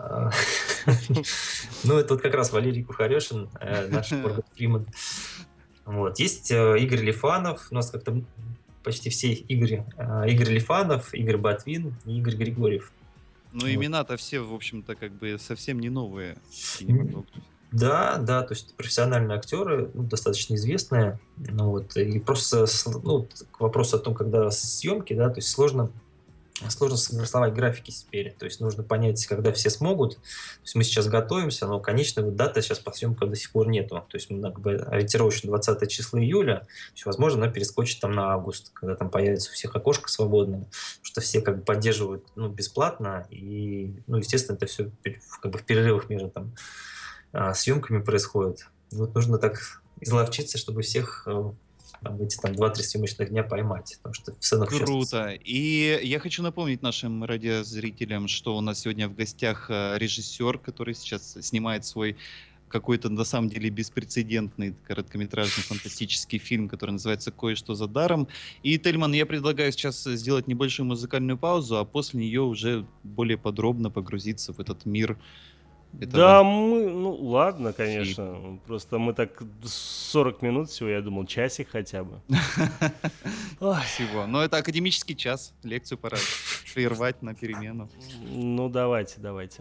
Ну, это вот как раз Валерий Кухарешин, наш Морган Фриман. Вот. Есть Игорь Лифанов. У нас как-то почти все Игорь Лифанов, Игорь Ботвин и Игорь Григорьев. Но Вот. имена-то все, в общем-то, как бы совсем не новые в кинематографе. Да, то есть профессиональные актеры, ну, достаточно известные. Ну, вот, и просто ну, к вопросу о том, когда съемки, да, то есть сложно согласовать графики теперь. То есть нужно понять, когда все смогут. То есть мы сейчас готовимся, но конечной вот даты сейчас по съемкам до сих пор нету. То есть мы как бы ориентировочно 20 число июля. То есть, возможно, она перескочит там на август, когда там появится у всех окошко свободное. Потому что все как бы поддерживают, ну, бесплатно. И, ну, естественно, это все как бы в перерывах между там съемками происходит. Вот нужно так изловчиться, чтобы всех там, эти там 2-3 съемочных дня поймать. Потому что в сценах Круто. И я хочу напомнить нашим радиозрителям, что у нас сегодня в гостях режиссер, который сейчас снимает свой какой-то на самом деле беспрецедентный короткометражный фантастический фильм, который называется «Кое-что за даром». И, Тельман, я предлагаю сейчас сделать небольшую музыкальную паузу, а после нее уже более подробно погрузиться в этот мир этого. Да, ну ладно, конечно. Просто мы так 40 минут всего, я думал, часик хотя бы. Ой, Всего. Но это академический час. Лекцию пора прервать на перемену. ну давайте.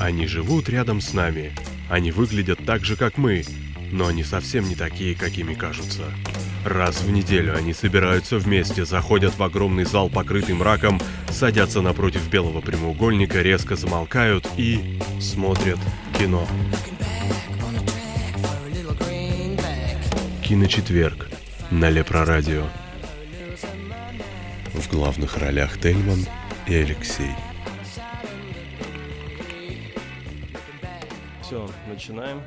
Они живут рядом с нами. Они выглядят так же, как мы, но они совсем не такие, какими кажутся. Раз в неделю они собираются вместе, заходят в огромный зал, покрытый мраком, садятся напротив белого прямоугольника, резко замолкают и смотрят кино. Киночетверг на Лепрорадио. В главных ролях Тельман и Алексей. Все, начинаем.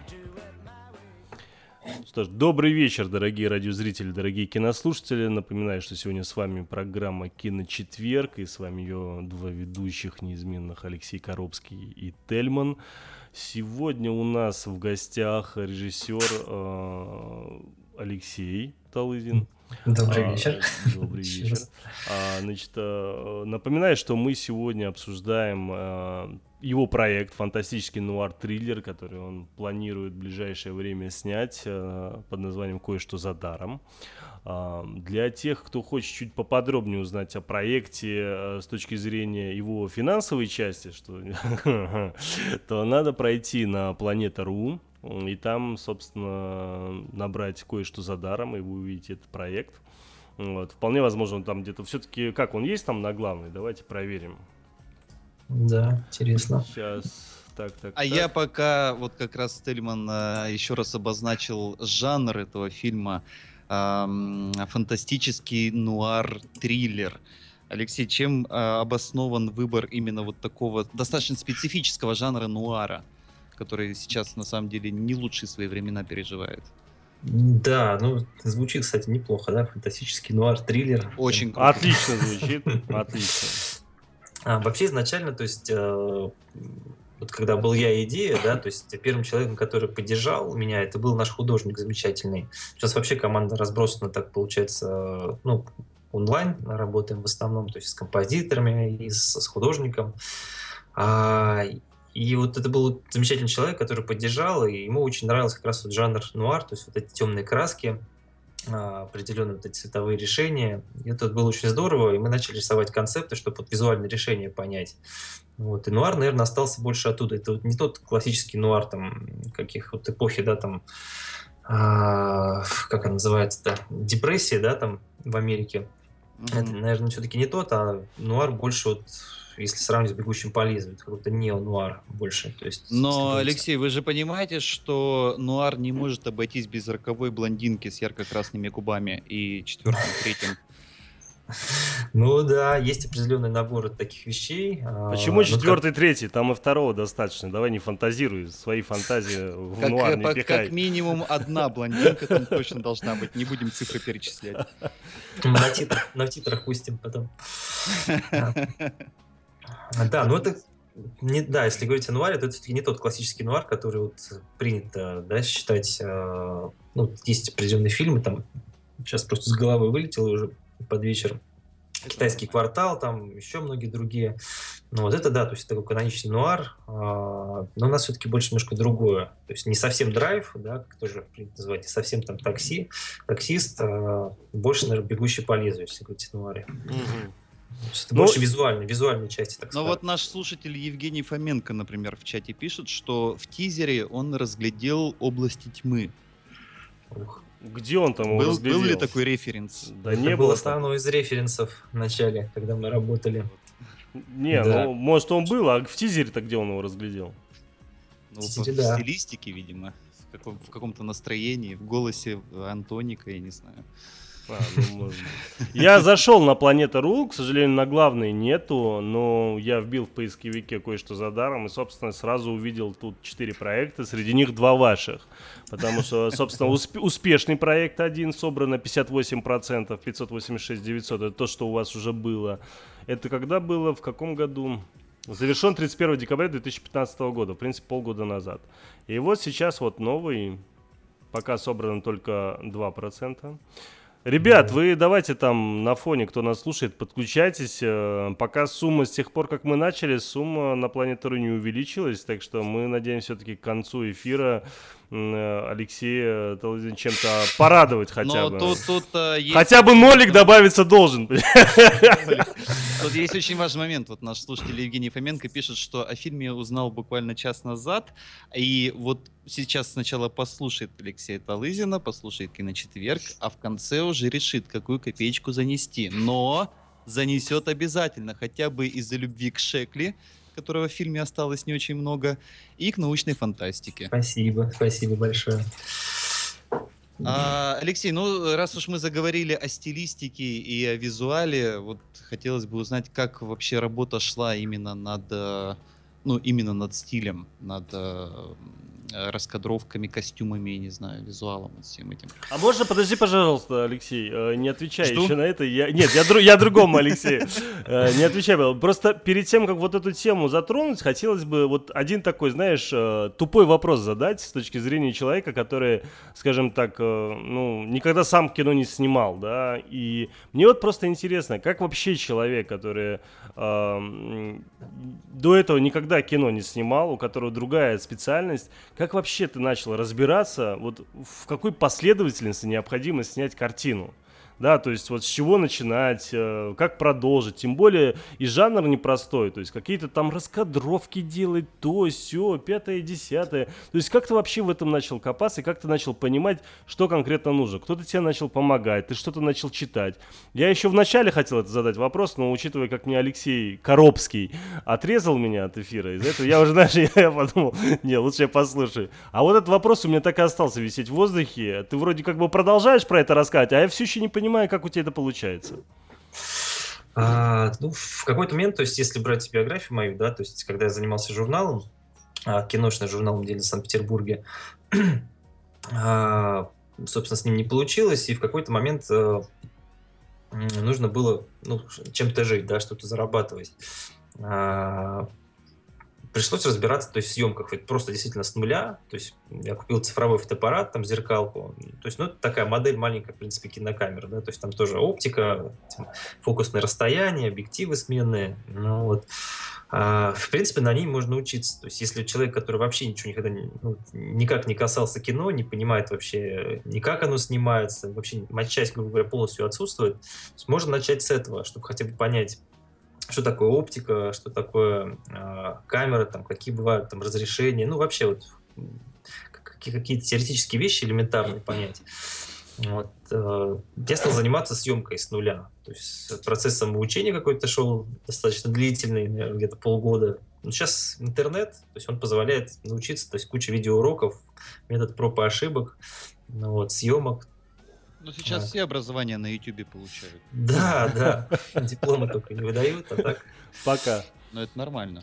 Что ж, добрый вечер, дорогие радиозрители, дорогие кинослушатели. Напоминаю, что сегодня с вами программа «Киночетверг», и с вами ее два ведущих неизменных Алексей Коробский и Тельман. Сегодня у нас в гостях режиссер Алексей Талызин. Добрый вечер. Добрый вечер. Напоминаю, что мы сегодня обсуждаем его проект, фантастический нуар-триллер, который он планирует в ближайшее время снять под названием «Кое-что за даром». Для тех, кто хочет чуть поподробнее узнать о проекте с точки зрения его финансовой части, то надо пройти на Planeta.ru и там, собственно, набрать «Кое-что за даром», и вы увидите этот проект. Вот. Вполне возможно, он там где-то все-таки... Как, он есть там на главной? Давайте проверим. Да, интересно. Сейчас, так. Я пока, вот как раз Тельман еще раз обозначил жанр этого фильма, фантастический нуар-триллер. Алексей, чем обоснован выбор именно вот такого достаточно специфического жанра нуара, который сейчас на самом деле не лучшие свои времена переживает? Да, ну, звучит, кстати, неплохо, да, фантастический нуар-триллер. Очень круто. Отлично звучит, отлично. Вообще изначально, то есть, вот когда был я идея, да, то есть первым человеком, который поддержал меня, это был наш художник замечательный. Сейчас вообще команда разбросана, так получается, ну, онлайн работаем в основном, то есть с композиторами и с художником. И вот это был замечательный человек, который поддержал, и ему очень нравился как раз вот жанр нуар, то есть вот эти темные краски, определенные вот эти цветовые решения. И это было очень здорово, и мы начали рисовать концепты, чтобы вот визуальное решение понять. Вот. И нуар, наверное, остался больше оттуда. Это вот не тот классический нуар там каких вот эпохи, да, там, как он называется-то, депрессия, да, там в Америке. Это, наверное, все-таки не тот, а нуар больше вот, если сравнивать с «Бегущим по лезвию», это какой-то неонуар больше. То есть, Но, Алексей, вы же понимаете, что нуар не может обойтись без роковой блондинки с ярко-красными губами и четвертым, третьим. Ну да, есть определенный набор таких вещей. Почему четвертый, третий? Там и второго достаточно. Давай не фантазируй, свои фантазии в нуар не пихай. Как минимум одна блондинка там точно должна быть. Не будем цифры перечислять. На титрах пустим потом. Да, ну это... Да, если говорить о нуаре, то это все-таки не тот классический нуар, который вот принято, да, считать... Ну, есть определенные фильмы, там, сейчас просто с головы вылетело уже под вечер. «Китайский квартал», там еще многие другие. Ну вот это, да, то есть такой каноничный нуар, но у нас все-таки больше немножко другое. То есть не совсем драйв, да, как тоже принято называть, не совсем там таксист, больше, наверное, «Бегущий по лезвию», если говорить о нуаре. Это больше визуальной части, так сказать. Ну вот наш слушатель Евгений Фоменко, например, в чате пишет, что в тизере он разглядел «Области тьмы». Где он там его разглядел? Был ли такой референс? Да это не был было основной из референсов в начале, когда мы работали. Не, Да. ну, может, он был, а в тизере-то где он его разглядел? Ну, Тизере, в да. стилистике, видимо, в каком-то настроении, в голосе Антоника, я не знаю. Я зашел на Planeta.ru, к сожалению, на главной нету, но я вбил в поисковике «Кое-что за даром» и, собственно, сразу увидел тут 4 проекта, среди них 2 ваших. Потому что, собственно, успешный проект один, собрано 58%, 586 900, это то, что у вас уже было. Это когда было, в каком году? Завершен 31 декабря 2015 года, в принципе, полгода назад. И вот сейчас вот новый, пока собрано только 2%. Ребят, вы давайте там на фоне, кто нас слушает, подключайтесь. Пока сумма с тех пор, как мы начали, сумма на Planeta.ru не увеличилась, так что мы надеемся все-таки к концу эфира Алексея Талызина чем-то порадовать хотя бы. Тут есть... Хотя бы нолик добавиться должен. Тут есть очень важный момент. Вот наш слушатель Евгений Фоменко пишет, что о фильме узнал буквально час назад. И вот сейчас сначала послушает Алексея Талызина, послушает «Киночетверг», а в конце уже решит, какую копеечку занести. Но занесет обязательно, хотя бы из-за любви к Шекли, которого в фильме осталось не очень много, и к научной фантастике. Спасибо большое. Алексей, ну раз уж мы заговорили о стилистике и о визуале, вот хотелось бы узнать, как вообще работа шла именно над стилем, над раскадровками, костюмами, не знаю, визуалом, вот всем этим. А можно, подожди, пожалуйста, Алексей, не отвечай Что? еще на это. Нет, я другому, Алексей. Не отвечай, просто перед тем, как вот эту тему затронуть, хотелось бы вот один такой, знаешь, тупой вопрос задать с точки зрения человека, который, скажем так, никогда сам кино не снимал, да, и мне вот просто интересно, как вообще человек, который до этого никогда кино не снимал, у которого другая специальность, как вообще ты начал разбираться, вот в какой последовательности необходимо снять картину? Да, то есть вот с чего начинать, как продолжить, тем более и жанр непростой, то есть какие-то там раскадровки делать, то, сё, 5-е, 10-е, то есть как ты вообще в этом начал копаться и как ты начал понимать, что конкретно нужно, кто-то тебе начал помогать, ты что-то начал читать. Я еще вначале хотел это задать вопрос, но учитывая, как мне Алексей Коробский отрезал меня от эфира, из-за этого я уже, знаешь, я подумал, не, лучше я послушаю. А вот этот вопрос у меня так и остался висеть в воздухе, ты вроде как бы продолжаешь про это рассказывать, а я все еще не понимаю, как у тебя это получается. В какой-то момент, то есть если брать биографию мою, да, то есть когда я занимался журналом, киношным журналом в Санкт-Петербурге, собственно, с ним не получилось, и в какой-то момент нужно было чем-то жить, да, что-то зарабатывать. Пришлось разбираться, то есть в съемках просто действительно с нуля, то есть я купил цифровой фотоаппарат, там зеркалку, то есть, это такая модель маленькая, в принципе, кинокамера, да, то есть там тоже оптика, фокусное расстояние, объективы сменные, в принципе, на ней можно учиться, то есть если человек, который вообще ничего никогда никак не касался кино, не понимает вообще, ни как оно снимается, вообще матчасть, грубо говоря, полностью отсутствует, можно начать с этого, чтобы хотя бы понять, что такое оптика, что такое камера, там, какие бывают там разрешения, вообще вот какие-то теоретические вещи элементарные понять. Вот. Я стал заниматься съемкой с нуля. То есть процесс самоучения какой-то шел достаточно длительный, наверное, где-то полгода. Но сейчас интернет, то есть он позволяет научиться, то есть куча видеоуроков, метод проб и ошибок, съемок. Сейчас все образования на YouTube получают. Да. Дипломы только не выдают, а так. Пока. Но это нормально.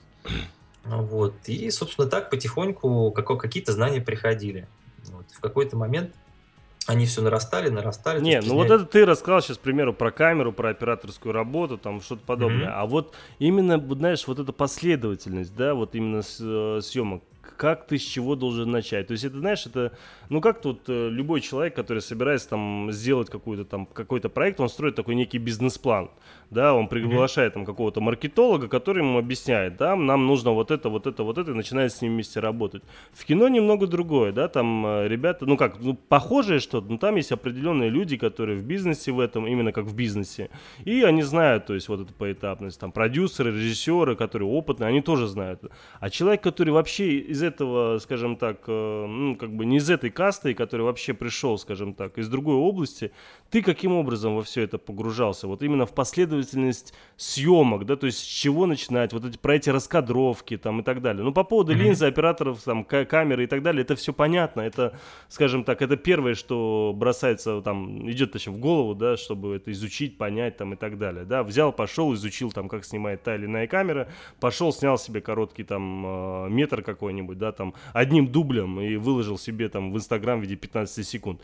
И, собственно, так потихоньку какие-то знания приходили. В какой-то момент они все нарастали. Не, вот это ты рассказал сейчас, к примеру, про камеру, про операторскую работу, там что-то подобное. А вот именно, знаешь, вот эта последовательность, да, вот именно съемок, как ты с чего должен начать? То есть это, знаешь, это, как тут любой человек, который собирается там сделать какой-то проект, он строит такой некий бизнес-план, да, он приглашает там какого-то маркетолога, который ему объясняет, да, нам нужно вот это, и начинает с ним вместе работать. В кино немного другое, да, там ребята, похожее что-то, но там есть определенные люди, которые в бизнесе в этом, именно как в бизнесе, и они знают, то есть вот эту поэтапность, там продюсеры, режиссеры, которые опытные, они тоже знают. А человек, который вообще из этого, скажем так, не из этой касты, который вообще пришел, скажем так, из другой области, ты каким образом во все это погружался? Вот именно в последовательность съемок, да, то есть с чего начинать, про эти раскадровки там и так далее. По поводу линзы, операторов, там, камеры и так далее, это все понятно, это, скажем так, это первое, что бросается, идет точнее в голову, да, чтобы это изучить, понять там и так далее, да, взял, пошел, изучил там, как снимает та или иная камера, пошел, снял себе короткий там метр какой-нибудь, да, там, одним дублем и выложил себе там в Инстаграм в виде 15 секунд.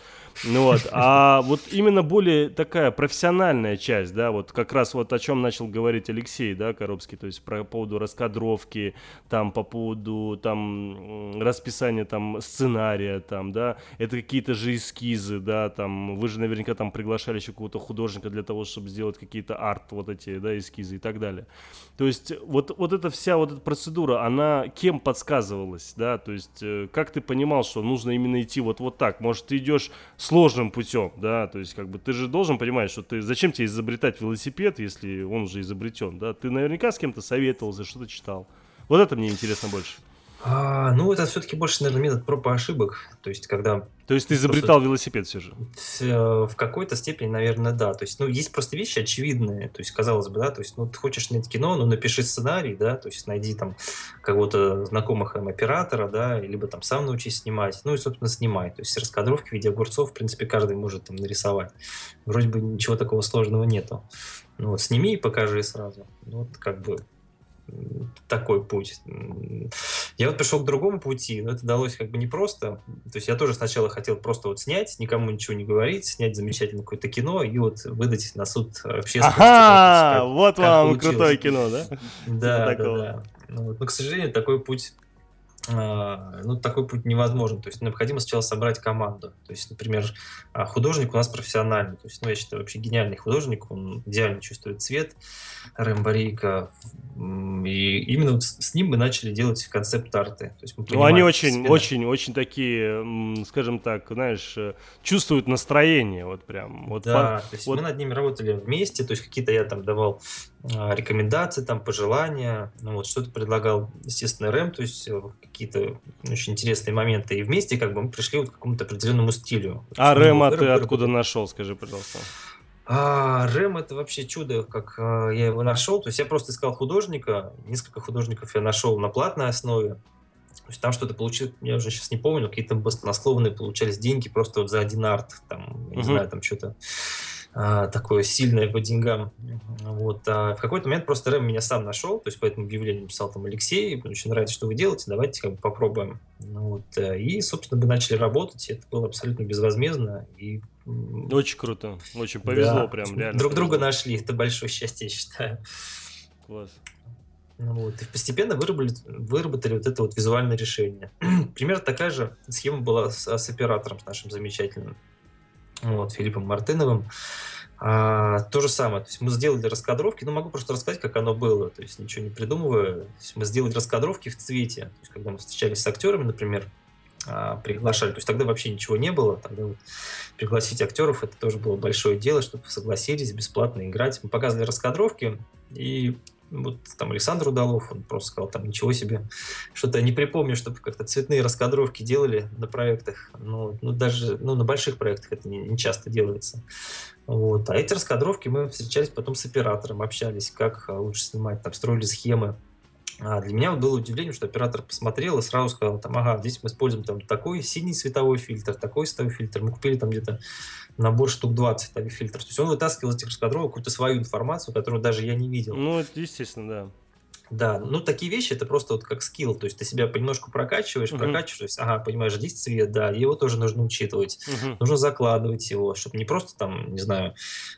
А вот именно более такая профессиональная часть, да, вот как раз вот о чем начал говорить Алексей, да, Коробский, то есть по поводу раскадровки, там, по поводу там расписания там сценария, там, да, это какие-то же эскизы, да, там, вы же наверняка там приглашали еще какого-то художника для того, чтобы сделать какие-то арт, вот эти, да, эскизы и так далее. То есть вот эта вся вот эта процедура, она кем подсказывалась? выстроилась, да, то есть как ты понимал, что нужно именно идти вот так, может, ты идешь сложным путем, да, то есть как бы ты же должен понимать, что зачем тебе изобретать велосипед, если он уже изобретен, да, ты наверняка с кем-то советовался, что-то читал. Вот это мне интересно больше. Ну, это все-таки больше, наверное, метод проб и ошибок. То есть, когда... То есть ты изобретал велосипед все же? В какой-то степени, наверное, да. То есть, есть просто вещи очевидные. То есть, казалось бы, да, то есть, ты хочешь снять кино, напиши сценарий, да, то есть, найди там кого-то знакомых оператора, да, либо там сам научись снимать, и, собственно, снимай. То есть, раскадровки в виде огурцов, в принципе, каждый может там нарисовать. Вроде бы ничего такого сложного нету. Сними и покажи сразу. Как бы такой путь. Я пришел к другому пути, но это далось как бы непросто. То есть я тоже сначала хотел просто снять, никому ничего не говорить, снять замечательное какое-то кино и выдать на суд общественности. Ага, вот вам крутое кино, да? Да. Но, к сожалению, такой путь невозможен. То есть необходимо сначала собрать команду. То есть, например, художник у нас профессиональный. То есть, я считаю, вообще гениальный художник. Он идеально чувствует цвет. Рэм Барейко. И именно с ним мы начали делать концепт-арты. То есть они очень такие, скажем так, знаешь, чувствуют настроение. Вот прям. То есть мы над ними работали вместе. То есть какие-то я там давал рекомендации, там, пожелания, что-то предлагал, естественно, Рэм, то есть какие-то очень интересные моменты, и вместе как бы мы пришли к какому-то определенному стилю. А Рэма ты откуда нашел, скажи, пожалуйста? Рэм — это вообще чудо, как я его нашел, то есть я просто искал художника, несколько художников я нашел на платной основе, то есть там что-то получил, я уже сейчас не помню, какие-то баснословные получались деньги просто за один арт, там, я не знаю, там что-то такое сильное по деньгам. А в какой-то момент просто Рэм меня сам нашел, то есть по этому объявлению писал там: Алексей, мне очень нравится, что вы делаете, давайте как бы попробуем. И, собственно, мы начали работать, и это было абсолютно безвозмездно. И очень круто, очень повезло, прям реально. Друг друга нашли, это большое счастье, я считаю. Класс. И постепенно выработали вот это визуальное решение. Примерно такая же схема была с оператором, с нашим замечательным. Филиппом Мартыновым. То же самое. То есть мы сделали раскадровки, могу просто рассказать, как оно было, то есть ничего не придумывая. То есть мы сделали раскадровки в цвете. То есть когда мы встречались с актерами, например, приглашали, то есть тогда вообще ничего не было, тогда пригласить актеров — это тоже было большое дело, чтобы согласились бесплатно играть. Мы показывали раскадровки, и там Александр Удалов, он просто сказал, там, ничего себе, что-то я не припомню, чтобы как-то цветные раскадровки делали на проектах, даже на больших проектах это не часто делается. А эти раскадровки мы встречались потом с оператором, общались, как лучше снимать, там, строили схемы. Для меня было удивлением, что оператор посмотрел и сразу сказал, там, здесь мы используем там такой синий световой фильтр, такой световой фильтр. Мы купили там где-то набор штук 20 световых фильтров. То есть он вытаскивал из этих раскадровок какую-то свою информацию, которую даже я не видел. Это естественно, да. Да, такие вещи — это просто как скилл, то есть ты себя понемножку прокачиваешь, понимаешь, здесь цвет, да, его тоже нужно учитывать, нужно закладывать его, чтобы не просто там, не знаю,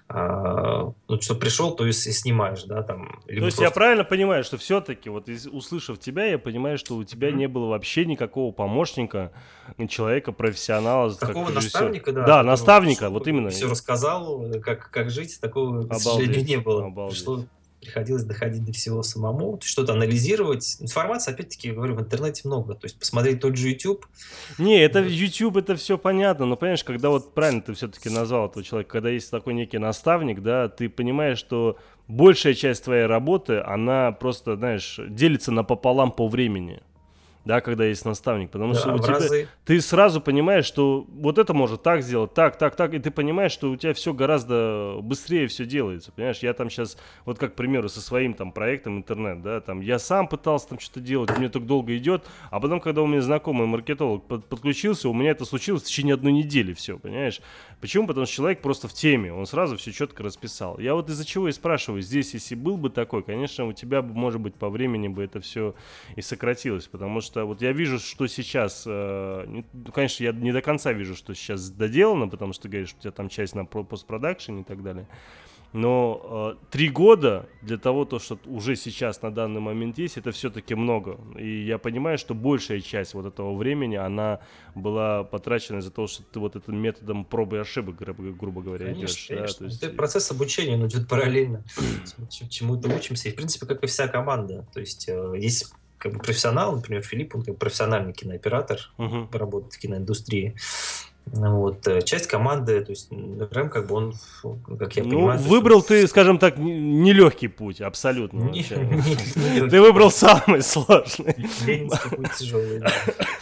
чтобы пришел, то есть и снимаешь, да, там. То есть я правильно понимаю, что все-таки, услышав тебя, я понимаю, что у тебя не было вообще никакого помощника, человека, профессионала, такого наставника, да. Да, наставника, именно. Все рассказал, как жить, такого, к сожалению, не было. Приходилось доходить до всего самому, что-то анализировать. Информации, опять-таки, я говорю, в интернете много. То есть посмотреть тот же YouTube. YouTube, это все понятно, но понимаешь, когда правильно ты все-таки назвал этого человека, когда есть такой некий наставник, да, ты понимаешь, что большая часть твоей работы, она просто, знаешь, делится напополам по времени. Да, когда есть наставник, потому что у тебя, ты сразу понимаешь, что вот это может так сделать, так, и ты понимаешь, что у тебя все гораздо быстрее все делается, понимаешь, я там сейчас, как, к примеру, со своим там проектом интернет, да, там, я сам пытался там что-то делать, мне так долго идет, а потом, когда у меня знакомый маркетолог подключился, у меня это случилось в течение 1 недели, все, понимаешь, почему? Потому что человек просто в теме, он сразу все четко расписал, я из-за чего и спрашиваю, здесь, если был бы такой, конечно, у тебя, может быть, по времени бы это все и сократилось, потому что я вижу, что сейчас, конечно, я не до конца вижу, что сейчас доделано, потому что ты говоришь, что у тебя там часть на постпродакшене и так далее. Но 3 года для того, что уже сейчас на данный момент есть, это все-таки много. И я понимаю, что большая часть этого времени, она была потрачена из-за того, что ты этим методом проб и ошибок, грубо говоря, идешь. Конечно. Да? То есть... Это процесс обучения, он идет параллельно. Чему-то учимся. И, в принципе, как и вся команда. То есть есть как бы профессионал, например, Филипп, он как бы профессиональный кинооператор, работает в киноиндустрии. Вот. Часть команды, то есть Рэм, как бы он, как я понимаю... Выбрал ты, скажем так, нелегкий путь, абсолютно. Ты выбрал самый сложный. Ленинский путь тяжелый, да.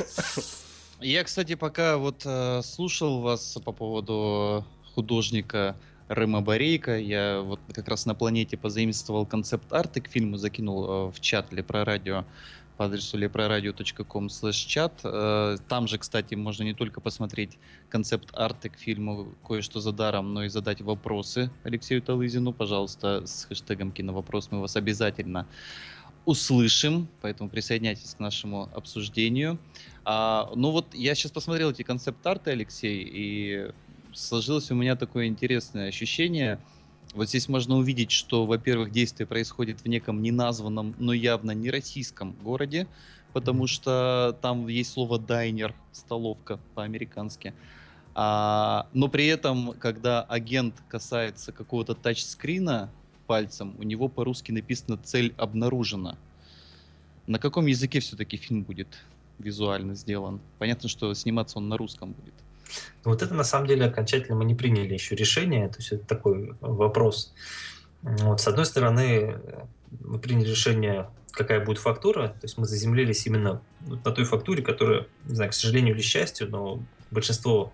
Я, кстати, пока вот слушал вас по поводу художника Рэма Барейка, я вот как раз на планете позаимствовал концепт-арты к фильму, закинул в чат Лепрорадио по адресу leproradio.com/чат. Там же, кстати, можно не только посмотреть концепт-арты к фильму «Кое-что за даром», но и задать вопросы Алексею Талызину. Пожалуйста, с хэштегом «Киновопрос» мы вас обязательно услышим, поэтому присоединяйтесь к нашему обсуждению. Ну вот я сейчас посмотрел эти концепт-арты, Алексей, и сложилось у меня такое интересное ощущение. Вот здесь можно увидеть, что, во-первых, действие происходит в неком неназванном, но явно не российском городе, потому что там есть слово «дайнер», столовка по-американски. Но при этом, когда агент касается какого-то тачскрина пальцем, у него по-русски написано «цель обнаружена». На каком языке все-таки фильм будет визуально сделан? Понятно, что сниматься он на русском будет. Вот это на самом деле окончательно мы не приняли еще решение, то есть это такой вопрос. Вот, с одной стороны, мы приняли решение, какая будет фактура, то есть мы заземлились именно на той фактуре, которая, не знаю, к сожалению или счастью, но большинство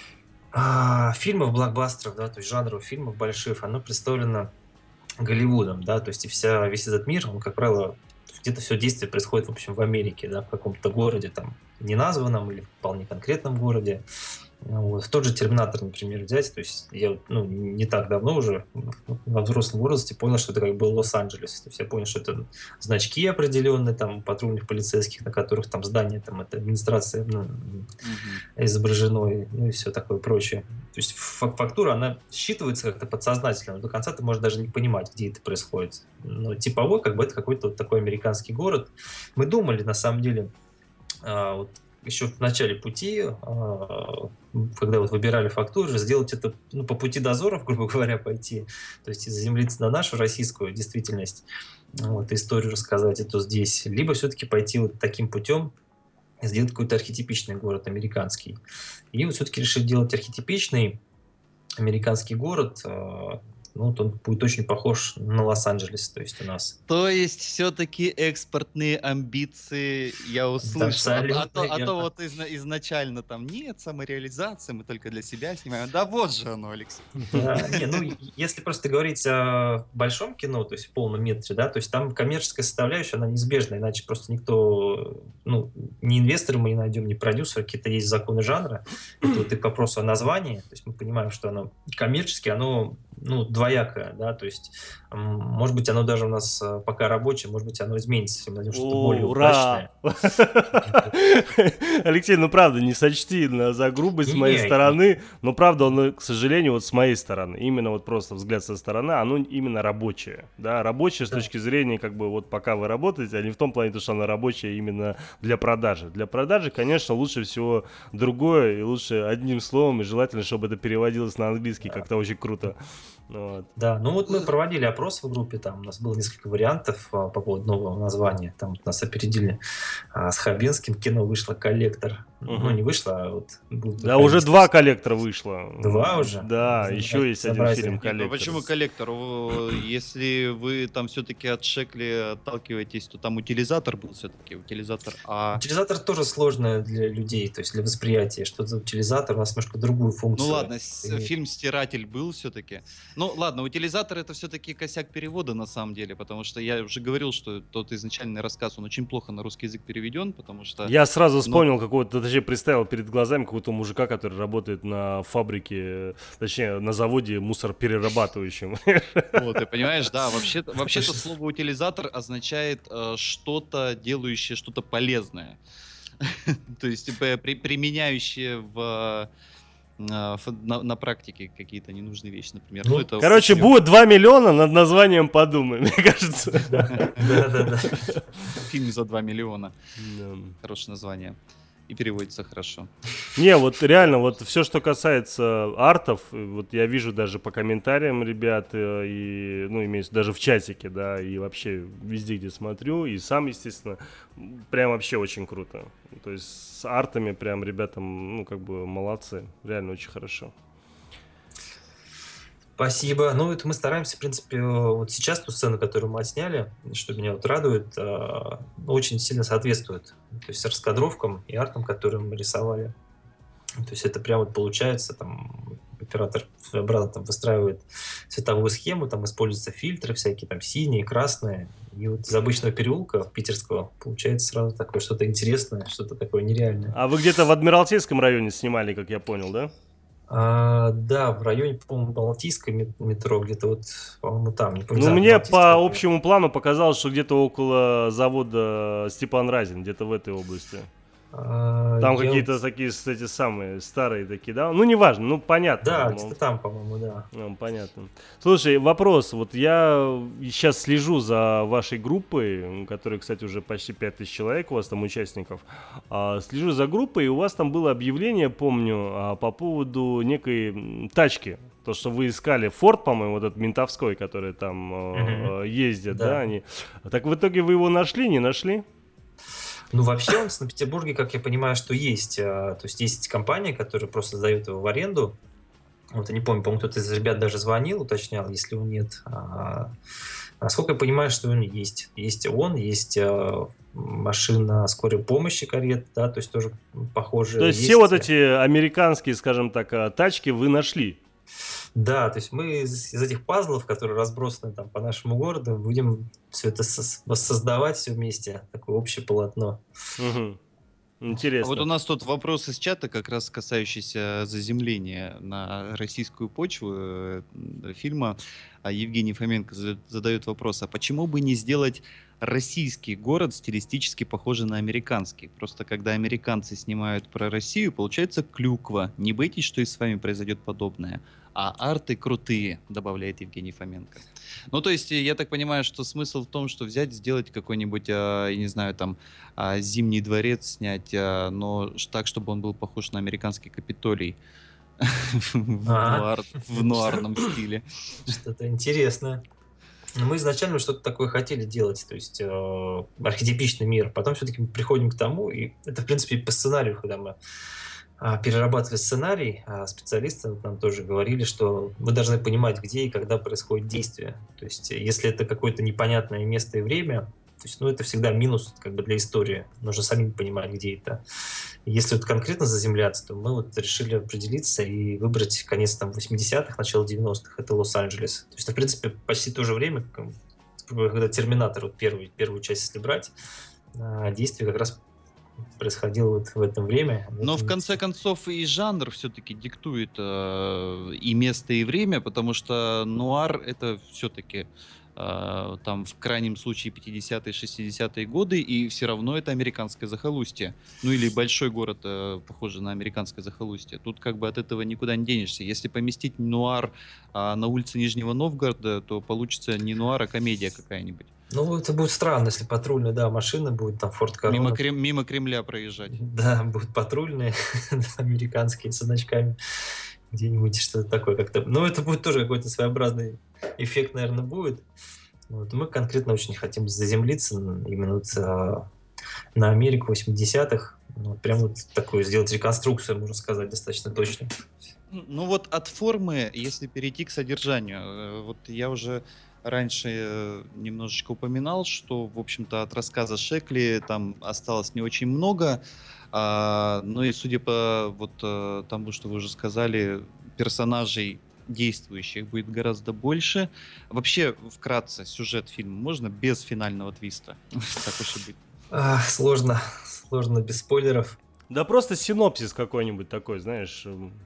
фильмов, блокбастеров, да, то есть жанров фильмов больших, оно представлено Голливудом, да, то есть и весь этот мир, он, как правило, где-то все действие происходит, в общем, в Америке, да, в каком-то городе, там, неназванном или в вполне конкретном городе. Вот. В тот же «Терминатор», например, взять, то есть я не так давно уже во взрослом возрасте понял, что это как бы Лос-Анджелес. То есть я понял, что это значки определенные, там, патрульных полицейских, на которых там здание, там, это администрация изображено, ну и все такое прочее. То есть фактура, она считывается как-то подсознательно, но до конца ты можешь даже не понимать, где это происходит. Но типовой, как бы это какой-то вот такой американский город. Мы думали, на самом деле, вот, еще в начале пути, когда вот выбирали фактуру, сделать это по пути дозоров, грубо говоря, пойти, то есть заземлиться на нашу российскую действительность, вот, историю рассказать эту здесь, либо все-таки пойти вот таким путем, сделать какой-то архетипичный город американский. И вот все-таки решили делать архетипичный американский город, ну, вот он будет очень похож на Лос-Анджелес, то есть у нас. То есть все-таки экспортные амбиции я услышал. А то вот изначально там нет самореализации, мы только для себя снимаем. Да вот же оно, Алексей. Ну, если просто говорить о большом кино, то есть в полном метре, да, то есть там коммерческая составляющая, она неизбежна, иначе просто никто, ну, ни инвесторы мы не найдем, ни продюсеры, какие-то есть законы жанра. Это вот и к вопросу о названии, то есть мы понимаем, что оно коммерчески, оно, ну, двоякое, да, то есть, может быть, оно даже у нас пока рабочее, может быть, оно изменится, если мы найдем что-то более удачное. Алексей, ну правда, не сочти за грубость с моей стороны, но правда, оно, к сожалению, вот с моей стороны, именно вот просто взгляд со стороны, оно именно рабочее, да, рабочее с точки зрения, как бы, вот пока вы работаете, а не в том плане, что оно рабочее именно для продажи. Для продажи, конечно, лучше всего другое, и лучше одним словом, и желательно, чтобы это переводилось на английский, как-то очень круто. Вот. Да, ну вот мы проводили опрос в группе, там у нас было несколько вариантов по поводу нового названия, там вот нас опередили с Хабенским, кино вышло «Коллектор», ну не вышло, а вот... Да, уже 2 «Коллектора» вышло. 2 уже? Да, еще есть один фильм «Коллектор». Ну, почему «Коллектор»? Если вы там все-таки от Шекли отталкиваетесь, то там утилизатор был все-таки, утилизатор. Утилизатор тоже сложно для людей, то есть для восприятия, что за утилизатор, у нас немножко другую функцию. Ну ладно, фильм «Стиратель» был все-таки. Ну ладно, утилизатор — это все-таки косяк перевода на самом деле, потому что я уже говорил, что тот изначальный рассказ, он очень плохо на русский язык переведен, потому что... Я сразу вспомнил какого-то, точнее представил перед глазами какого-то мужика, который работает на фабрике, точнее на заводе мусороперерабатывающем. Вот, ты понимаешь, да, вообще-то слово утилизатор означает что-то, делающее что-то полезное. То есть применяющее на практике какие-то ненужные вещи, например. Ну, это короче, будет 2 миллиона, над названием подумай, мне кажется. Да. Фильм за 2 миллиона. Хорошее название. и переводится хорошо. Не, вот реально, вот все, что касается артов, вот я вижу даже по комментариям ребят, и, ну, имеется даже в чатике, да, и вообще везде, где смотрю, и сам, естественно, прям вообще очень круто. То есть с артами прям ребятам, ну, как бы молодцы, реально очень хорошо. Спасибо. Ну, это мы стараемся, в принципе, вот сейчас ту сцену, которую мы отсняли, что меня вот радует, очень сильно соответствует. То есть раскадровкам и артам, которые мы рисовали. То есть это прям вот получается, там, оператор обратно там выстраивает цветовую схему, там используются фильтры всякие, там, синие, красные. И вот из обычного переулка питерского получается сразу такое что-то интересное, что-то такое нереальное. А вы где-то в Адмиралтейском районе снимали, как я понял, да? Да, в районе, по-моему, Балтийское метро, где-то вот, по-моему, там. Не помню, Ну, да, мне Балтийское, по общему плану показалось, что где-то около завода Степан Разин, где-то в этой области. Там какие-то такие, кстати, самые старые такие, да? Ну, неважно, ну, понятно. Да, где-то там, по-моему, да. Ну, понятно. Слушай, вопрос. Вот я сейчас слежу за вашей группой, которая, кстати, уже почти 5000 человек у вас там участников. Слежу за группой, и у вас там было объявление, помню, по поводу некой тачки. То, что вы искали Форд, по-моему, вот этот ментовской, который там ездит, да, они. Так в итоге вы его нашли, не нашли? Ну, вообще он в Санкт-Петербурге, как я понимаю, что есть. То есть есть компания, которая просто сдает его в аренду. Вот я не помню, по-моему, кто-то из ребят даже звонил, уточнял, если его нет. Насколько я понимаю, что он есть. Есть он, есть машина скорой помощи, карет, да, то есть тоже похоже. То есть все вот эти американские, скажем так, тачки вы нашли? Да, то есть мы из этих пазлов, которые разбросаны там по нашему городу, будем все это воссоздавать все вместе, такое общее полотно. Угу. Интересно. А вот у нас тут вопрос из чата, как раз касающийся заземления на российскую почву фильма. Евгений Фоменко задает вопрос, а почему бы не сделать российский город стилистически похожий на американский? Просто когда американцы снимают про Россию, получается клюква. Не боитесь, что и с вами произойдет подобное? А арты крутые, добавляет Евгений Фоменко. Ну, то есть, я так понимаю, что смысл в том, что взять, сделать какой-нибудь, я не знаю, там, Зимний дворец снять, но так, чтобы он был похож на американский Капитолий в нуарном стиле. Что-то интересное. Мы изначально что-то такое хотели делать, то есть архетипичный мир. Потом все-таки мы приходим к тому, и это, в принципе, по сценарию, когда мы перерабатывали сценарий, специалисты нам тоже говорили, что мы должны понимать, где и когда происходит действие. То есть, если это какое-то непонятное место и время, то есть, ну, это всегда минус как бы для истории. Нужно самим понимать, где это. Если вот конкретно заземляться, то мы вот решили определиться и выбрать конец там 80-х, начало 90-х. Это Лос-Анджелес. То есть, в принципе, почти то же время, когда Терминатор, вот первую часть, если брать, действие как раз происходило вот в это время. Но в конце концов и жанр все-таки диктует и место, и время, потому что нуар это все-таки там в крайнем случае 50-е, 60-е годы, и все равно это американское захолустье. Ну или большой город, похожий на американское захолустье. Тут как бы от этого никуда не денешься. Если поместить нуар на улице Нижнего Новгорода, то получится не нуар, а комедия какая-нибудь. Ну, это будет странно, если патрульная, да, машина будет там Форд Корона. Мимо Кремля проезжать. Да, будут патрульные, американские, со значками. Где-нибудь что-то такое как-то. Ну, это будет тоже какой-то своеобразный эффект, наверное, будет. Вот. Мы конкретно очень хотим заземлиться именно вот, на Америку 80-х. Ну, прям вот такую сделать реконструкцию, можно сказать, достаточно точно. Ну вот от формы, если перейти к содержанию, вот я уже раньше немножечко упоминал, что, в общем-то, от рассказа Шекли там осталось не очень много, но и судя по вот тому, что вы уже сказали, персонажей действующих будет гораздо больше. Вообще, вкратце, сюжет фильма можно без финального твиста? Так уж и быть. Сложно без спойлеров. Да просто синопсис какой-нибудь такой, знаешь.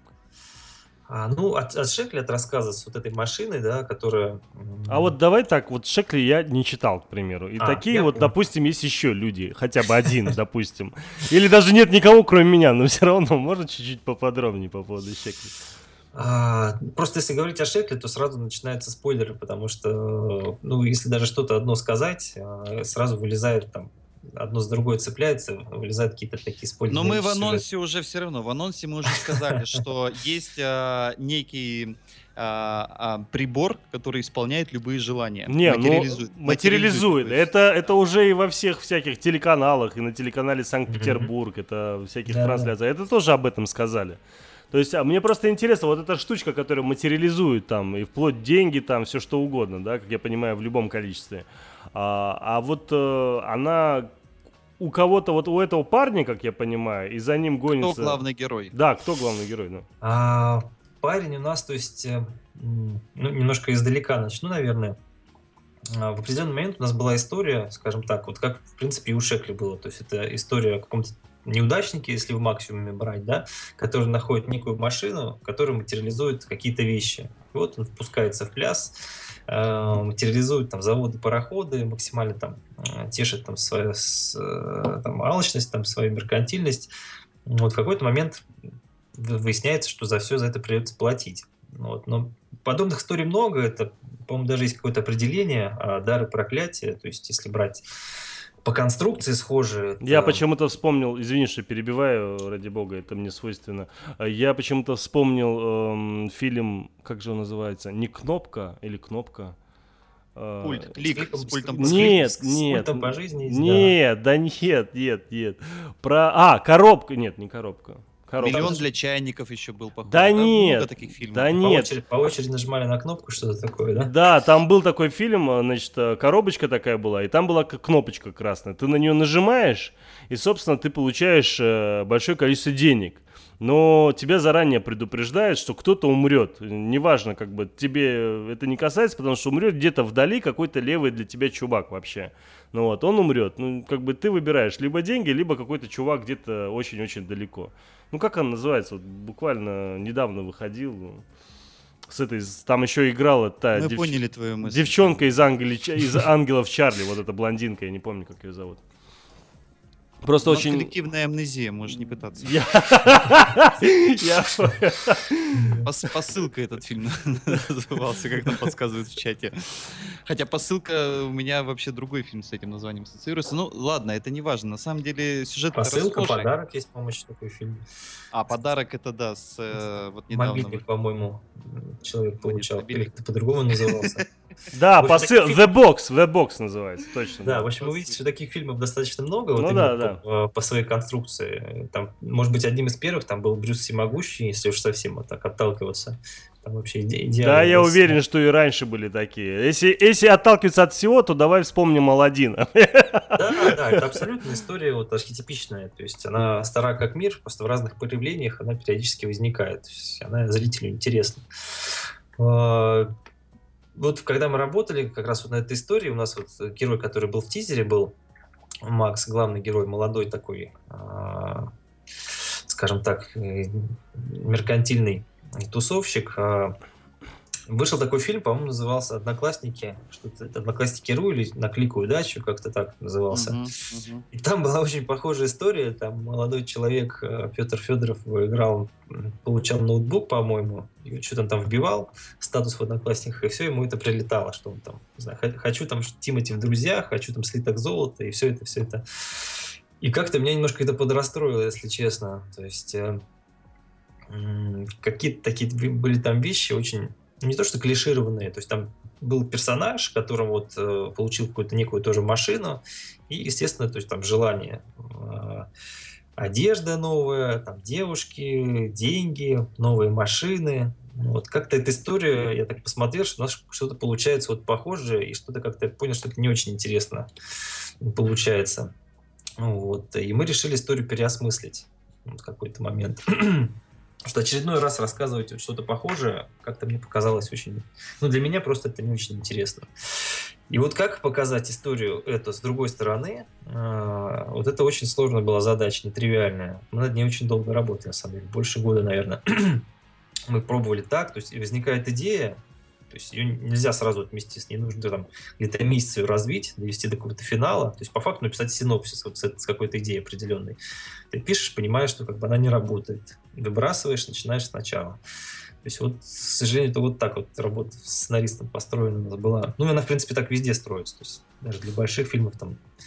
Ну, от Шекли, от рассказа с вот этой машиной, да, которая... А вот давай так, вот Шекли я не читал, к примеру. И такие вот, допустим, есть еще люди, хотя бы один, допустим. Или даже нет никого, кроме меня, но все равно можно чуть-чуть поподробнее по поводу Шекли. Просто если говорить о Шекли, то сразу начинаются спойлеры, потому что, ну, если даже что-то одно сказать, сразу вылезает там одно с другой цепляется, вылезают какие-то такие спойлеры. Но мы в анонсе уже все равно, в анонсе мы уже сказали, что есть некий прибор, который исполняет любые желания. Не, материализует. Это уже и во всех всяких телеканалах, и на телеканале Санкт-Петербург, это всяких трансляциях. Это тоже об этом сказали. То есть мне просто интересно, вот эта штучка, которая материализует там, и вплоть деньги, там, все что угодно, да, как я понимаю, в любом количестве. Вот она у кого-то, вот у этого парня, как я понимаю, и за ним гонится... Кто главный герой? Да, кто главный герой, да. Парень у нас, то есть, немножко издалека начну, наверное. В определенный момент у нас была история, скажем так, вот как, в принципе, и у Шекли было. То есть это история о каком-то неудачнике, если в максимуме брать, да, который находит некую машину, которая материализует какие-то вещи. И вот он впускается в пляс, материализует там заводы, пароходы, максимально там тешит там свою там, алчность, там, свою меркантильность. Вот в какой-то момент выясняется, что за все за это придется платить. Вот. Но подобных историй много. Это, по-моему, даже есть какое-то определение дары проклятия. То есть, если брать по конструкции схожие. Я почему-то вспомнил, извини, что перебиваю, ради бога, это мне свойственно. Я почему-то вспомнил фильм, как же он называется? Не «Кнопка» или «Кнопка»? Пульт, клик с пультом. Нет. По жизни. Нет, да нет. Коробка. Нет, не коробка. «Миллион для чайников» еще был, похож. Да нет, много таких фильмов. да нет. По очереди нажимали на кнопку, что-то такое, да? Да, там был такой фильм, значит, коробочка такая была, и там была кнопочка красная. Ты на нее нажимаешь, и, собственно, ты получаешь большое количество денег. Но тебя заранее предупреждают, что кто-то умрет. Неважно, как бы тебе это не касается, потому что умрет где-то вдали какой-то левый для тебя чувак вообще. Ну вот, он умрет. Ну, как бы ты выбираешь либо деньги, либо какой-то чувак где-то очень-очень далеко. Ну, как он называется? Вот буквально недавно выходил. Там еще играла та поняли твою мысль. Девчонка из «Ангелов Чарли». Вот эта блондинка, я не помню, как ее зовут. Просто очень... коллективная амнезия, можешь не пытаться. Посылка этот фильм назывался, как нам подсказывают в чате. Хотя посылка у меня вообще другой фильм с этим названием ассоциируется. Ну ладно, это не важно. На самом деле сюжет посылка, подарок есть, по-моему, такой фильм. Подарок это да, с вот недавно. Мобильник, по-моему, человек получал. Или как-то по-другому назывался. Да, The Box называется, точно. Да, в общем, вы видите, что таких фильмов достаточно много, вот именно по своей конструкции. Там, может быть, одним из первых там был Брюс Всемогущий, если уж совсем вот так отталкиваться. Там вообще идеально. Да, я уверен, что и раньше были такие. Если отталкиваться от всего, то давай вспомним Аладдина. Да, это абсолютно история вот архетипичная. То есть она стара как мир, просто в разных проявлениях она периодически возникает. То есть она зрителю интересна. Вот когда мы работали как раз вот на этой истории, у нас вот герой, который был в тизере, был Макс, главный герой, молодой такой, скажем так, меркантильный тусовщик. Вышел такой фильм, по-моему, назывался «Одноклассники», что-то «Одноклассники.ру» или «На клику удачу», как-то так назывался. И там была очень похожая история. Там молодой человек, Петр Федоров, играл, получал ноутбук, по-моему, и что-то он там вбивал, статус в «Одноклассниках», и все, ему это прилетало, что он там, не знаю, хочу там Тимати в друзьях, хочу там слиток золота, и все это. И как-то меня немножко это подрастроило, если честно. То есть какие-то такие были там вещи очень... Не то что клишированные, то есть там был персонаж, который вот получил какую-то некую тоже машину, и, естественно, то есть там желание, одежда новая, там девушки, деньги, новые машины. Вот как-то эта история, я так посмотрел, что у нас что-то получается вот похожее, и что-то как-то я понял, что это не очень интересно получается. Вот. И мы решили историю переосмыслить в какой-то момент. Что очередной раз рассказывать вот что-то похожее, как-то мне показалось очень... Ну, для меня просто это не очень интересно. И вот как показать историю эту с другой стороны, вот это очень сложная была задача, нетривиальная. Мы над ней очень долго работали, на самом деле, больше года, наверное. Мы пробовали так, то есть возникает идея, то есть ее нельзя сразу отмести, с ней нужно там где-то месяц ее развить, довести до какого-то финала, то есть по факту написать синопсис вот с какой-то идеей определенной. Ты пишешь, понимаешь, что как бы она не работает, выбрасываешь, начинаешь сначала. То есть вот, к сожалению, это вот так вот работа с сценаристом построена у нас была. Ну, она, в принципе, так везде строится, то есть даже для больших фильмов там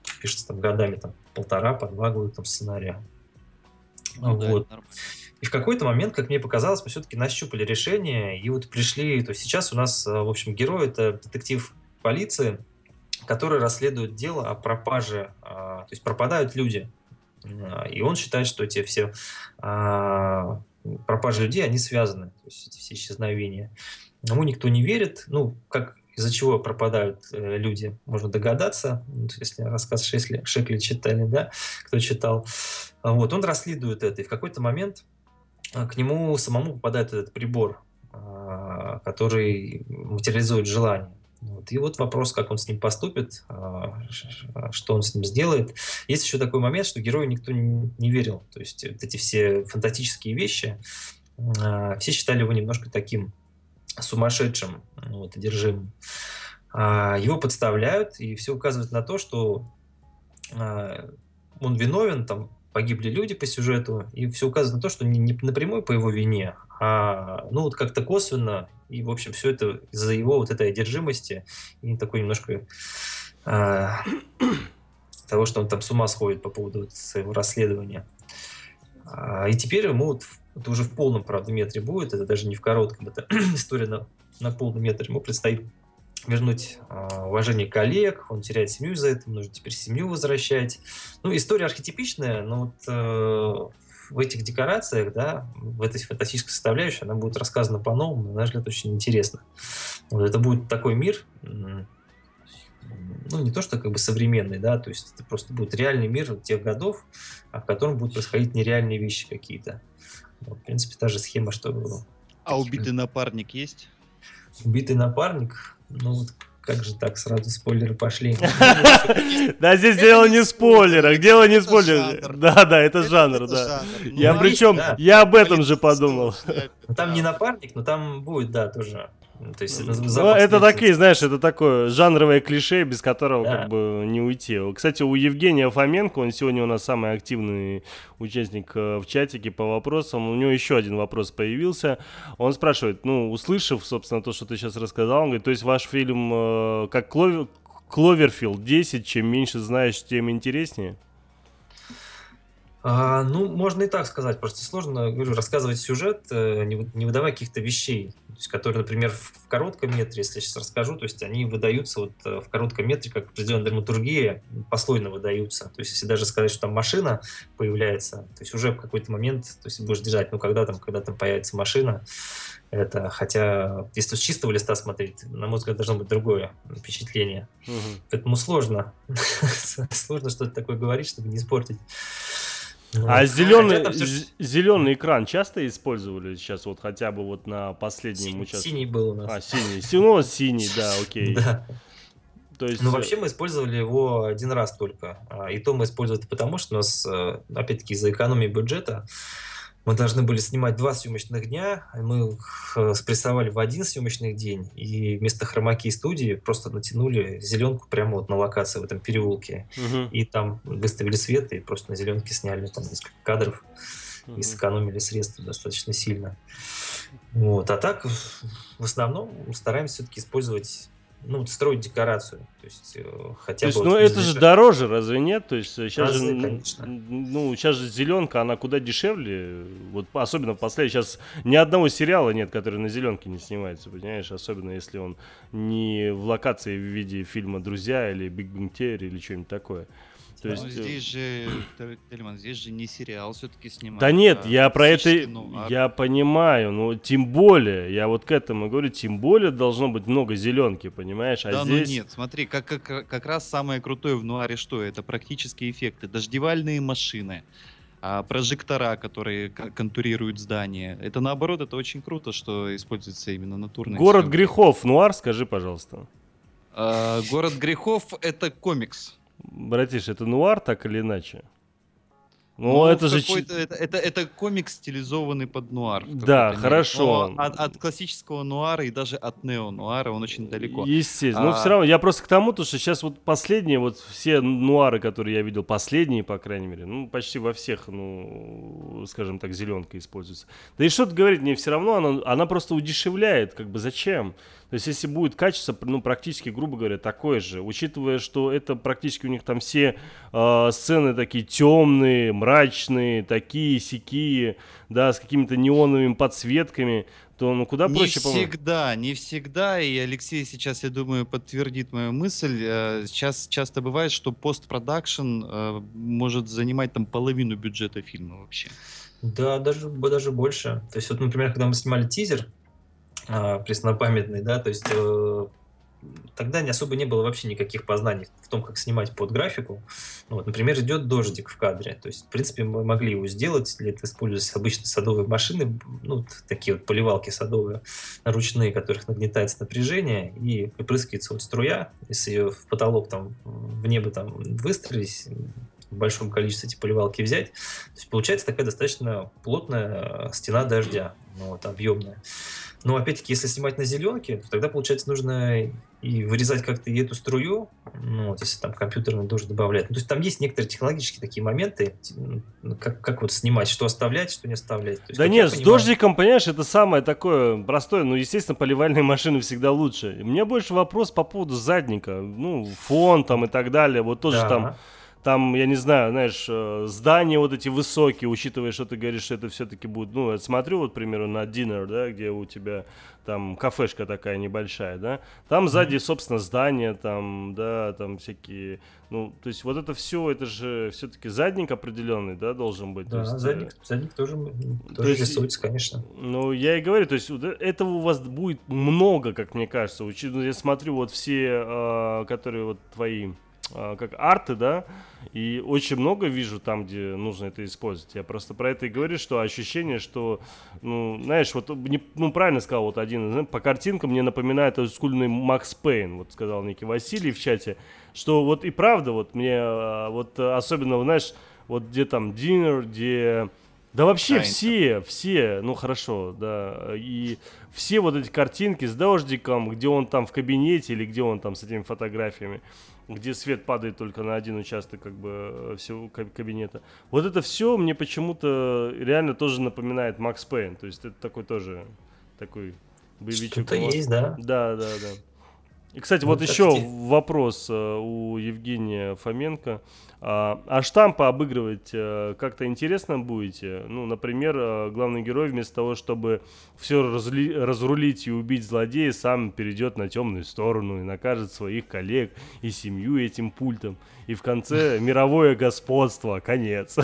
пишется там годами, там, по 2 года там сценария. Ну да, Вот. это нормально. И в какой-то момент, как мне показалось, мы все-таки нащупали решение, и вот пришли, то есть сейчас у нас, в общем, герой — это детектив полиции, который расследует дело о пропаже, то есть пропадают люди. И он считает, что эти все пропажи людей, они связаны, то есть эти все исчезновения. Ему никто не верит, ну, как из-за чего пропадают люди, можно догадаться, если рассказ Шекли читали, да, кто читал. Вот, он расследует это, и в какой-то момент к нему самому попадает этот прибор, который материализует желание. Вот. И вот вопрос, как он с ним поступит, что он с ним сделает. Есть еще такой момент, что герою никто не верил. То есть вот эти все фантастические вещи, все считали его немножко таким сумасшедшим, вот, одержимым. Его подставляют, и все указывает на то, что он виновен, там погибли люди по сюжету, и все указывает на то, что не напрямую по его вине, ну вот как-то косвенно, и в общем все это из-за его вот этой одержимости и такой немножко того, что он там с ума сходит по поводу вот своего расследования. И теперь ему вот, это уже в полном, правда, метре будет, это даже не в коротком, это история на полном метре, ему предстоит вернуть уважение коллег, он теряет семью из-за этого, нужно теперь семью возвращать. Ну, история архетипичная, но вот в этих декорациях, да, в этой фантастической составляющей, она будет рассказана по-новому, на наш взгляд, очень интересно. Вот это будет такой мир, ну, не то, что как бы современный, да, то есть это просто будет реальный мир тех годов, в котором будут происходить нереальные вещи какие-то. Вот, в принципе, та же схема, что... А убитый напарник есть? Убитый напарник? Ну, вот как же так, сразу спойлеры пошли. Да, здесь дело не в спойлерах, дело не в спойлерах. Да, это жанр, да. Я причем, я об этом же подумал. Там не напарник, но там будет, да, тоже. То есть это такие, знаешь, это такое жанровое клише, без которого как бы не уйти. Кстати, у Евгения Фоменко, он сегодня у нас самый активный участник в чатике по вопросам. У него еще один вопрос появился. Он спрашивает, ну, услышав, собственно, то, что ты сейчас рассказал, он говорит, то есть ваш фильм как Кловерфилд 10, чем меньше знаешь, тем интереснее? Ну, можно и так сказать. Просто сложно, говорю, рассказывать сюжет, не выдавая каких-то вещей, то есть, которые, например, в коротком метре, если я сейчас расскажу, то есть они выдаются вот в коротком метре, как определенная драматургия, послойно выдаются. То есть если даже сказать, что там машина появляется, то есть уже в какой-то момент, то есть будешь держать, ну, когда там появится машина, это, хотя, если с чистого листа смотреть, на мой взгляд, должно быть другое впечатление. Поэтому сложно что-то такое говорить, чтобы не испортить. А зеленый экран часто использовали сейчас, вот хотя бы вот на последнем участке? Синий был у нас. Синий, да, окей. Да. То есть... Ну, вообще мы использовали его один раз только. И то мы использовали потому, что у нас, опять-таки, из-за экономии бюджета мы должны были снимать 2 съемочных дня, мы их спрессовали в 1 съемочный день, и вместо хромаки студии просто натянули зеленку прямо вот на локации в этом переулке. И там выставили свет, и просто на зеленке сняли там несколько кадров, и сэкономили средства достаточно сильно. Вот. А так, в основном, стараемся все-таки использовать, ну, строить декорацию. То есть, хотя бы... Ну, это же дороже, разве нет? То есть, сейчас же, сейчас же зеленка, она куда дешевле. Вот особенно в последнем. Сейчас ни одного сериала нет, который на зеленке не снимается, понимаешь? Особенно, если он не в локации в виде фильма «Друзья» или «Биг Бэнг Теори» или что-нибудь такое. То есть... Здесь же, Тельман, здесь же не сериал все-таки снимают. Да нет, я про это, я понимаю, но тем более, я вот к этому говорю, тем более должно быть много зеленки, понимаешь? А да, здесь... ну нет, смотри, как раз самое крутое в нуаре что? Это практические эффекты, дождевальные машины, прожектора, которые контурируют здания. Это наоборот, это очень круто, что используется именно натурные «Город съемки. грехов», нуар, скажи, пожалуйста. «Город грехов» — это комикс. Братиш, это нуар так или иначе? Ну, это же... Это комикс, стилизованный под нуар. Да, хорошо. Но от классического нуара и даже от нео-нуара он очень далеко. Естественно. Но все равно, я просто к тому, что сейчас вот последние, вот все нуары, которые я видел, последние, по крайней мере, ну, почти во всех, ну, скажем так, зеленка используется. Да и что-то говорить, мне все равно, она просто удешевляет, как бы зачем? То есть, если будет качество, ну, практически, грубо говоря, такое же, учитывая, что это практически у них там все сцены такие темные, мрачные, такие-сякие, да, с какими-то неоновыми подсветками, то, ну, куда проще, по-моему. Не всегда, и Алексей сейчас, я думаю, подтвердит мою мысль. Сейчас часто бывает, что постпродакшн может занимать там половину бюджета фильма вообще. Да, даже больше. То есть, вот, например, когда мы снимали тизер, преснопамятный, да, то есть тогда особо не было вообще никаких познаний в том, как снимать под графику. Ну, вот, например, идет дождик в кадре. То есть, в принципе, мы могли его сделать, для этого использовались обычно садовые машины, ну, такие вот поливалки садовые, ручные, которых нагнетается напряжение, и выпрыскивается вот струя, если ее в потолок там, в небо там выстрелить, в большом количестве эти поливалки взять, то есть получается такая достаточно плотная стена дождя, ну, вот, объемная. Но опять-таки, если снимать на зеленке, то тогда, получается, нужно и вырезать как-то и эту струю, ну, вот, если там компьютерный дождь добавлять. Ну, то есть там есть некоторые технологические такие моменты, как вот снимать, что оставлять, что не оставлять. То есть, Да нет, с дождиком, понимаешь, это самое такое простое. Ну, естественно, поливальные машины всегда лучше. У меня больше вопрос по поводу задника. Ну, фон там и так далее. Вот тоже Да. там, я не знаю, знаешь, здания вот эти высокие, учитывая, что ты говоришь, что это все-таки будет, ну, я смотрю, вот, к примеру, на Dinner, да, где у тебя там кафешка такая небольшая, да, там сзади, собственно, здания, там, да, там всякие, ну, то есть вот это все, это же все-таки задник определенный, да, должен быть. Да, то есть, задник тоже есть, рисуется, конечно. Ну, я и говорю, то есть этого у вас будет много, как мне кажется, я смотрю вот все, которые вот твои как арты, да, и очень много вижу там, где нужно это использовать. Я просто про это и говорю, что ощущение, что, ну, знаешь, вот, ну, правильно сказал вот один, по картинкам мне напоминает олдскульный Макс Пейн, вот сказал некий Василий в чате, что вот и правда, вот мне, вот особенно, знаешь, вот где там Dinner, где... Да вообще все, ну хорошо, да, и все вот эти картинки с дождиком, где он там в кабинете или где он там с этими фотографиями, где свет падает только на один участок как бы всего кабинета. Вот это все мне почему-то реально тоже напоминает Макс Пейн, то есть это такой тоже такой боевичок. Что-то есть, да. Да. И, кстати, вот еще вопрос у Евгения Фоменко. А штампа обыгрывать как-то интересно будете? Ну, например, главный герой вместо того, чтобы все разрулить и убить злодея, сам перейдет на темную сторону и накажет своих коллег и семью этим пультом. И в конце мировое господство, конец.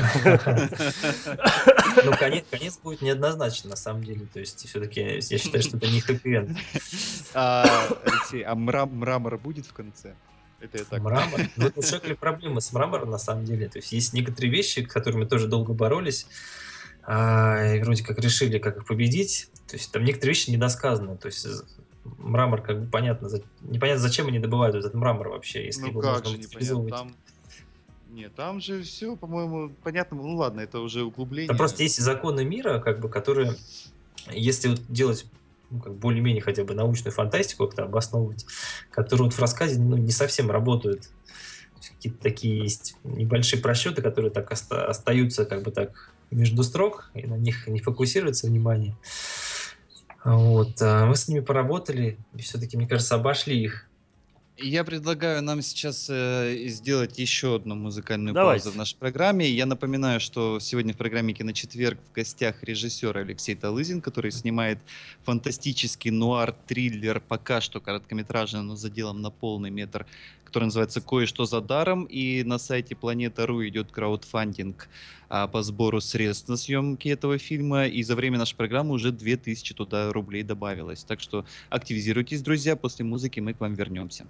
Ну, конец будет неоднозначен, на самом деле. То есть, все-таки я считаю, что это не хэппи-энд. Алексей, а мрамор будет в конце? Это я так. Мрамор? Ну, это у Шекли проблемы с мрамором, на самом деле. То есть, есть некоторые вещи, с которыми тоже долго боролись, и вроде как решили, как их победить. То есть, там некоторые вещи недосказаны. То есть, мрамор, как бы, непонятно, зачем они добывают этот мрамор вообще, если его можно утилизовывать. Нет, там же все, по-моему, понятно. Ну ладно, это уже углубление. Там просто есть законы мира, как бы, которые, если вот делать, ну, как более-менее хотя бы научную фантастику как-то обосновывать, которые вот в рассказе, ну, не совсем работают. Какие-то такие есть небольшие просчеты, которые так остаются как бы так между строк, и на них не фокусируется внимание. Вот. Мы с ними поработали, и все-таки, мне кажется, обошли их. Я предлагаю нам сейчас сделать еще одну музыкальную Давайте. паузу в нашей программе. Я напоминаю, что сегодня в программе «Киночетверг» в гостях режиссер Алексей Талызин, который снимает фантастический нуар-триллер, пока что короткометражный, но за делом на полный метр, который называется «Кое-что за даром». И на сайте Planeta.ru идет краудфандинг по сбору средств на съемки этого фильма. И за время нашей программы уже 2000 туда рублей добавилось. Так что активизируйтесь, друзья. После музыки мы к вам вернемся.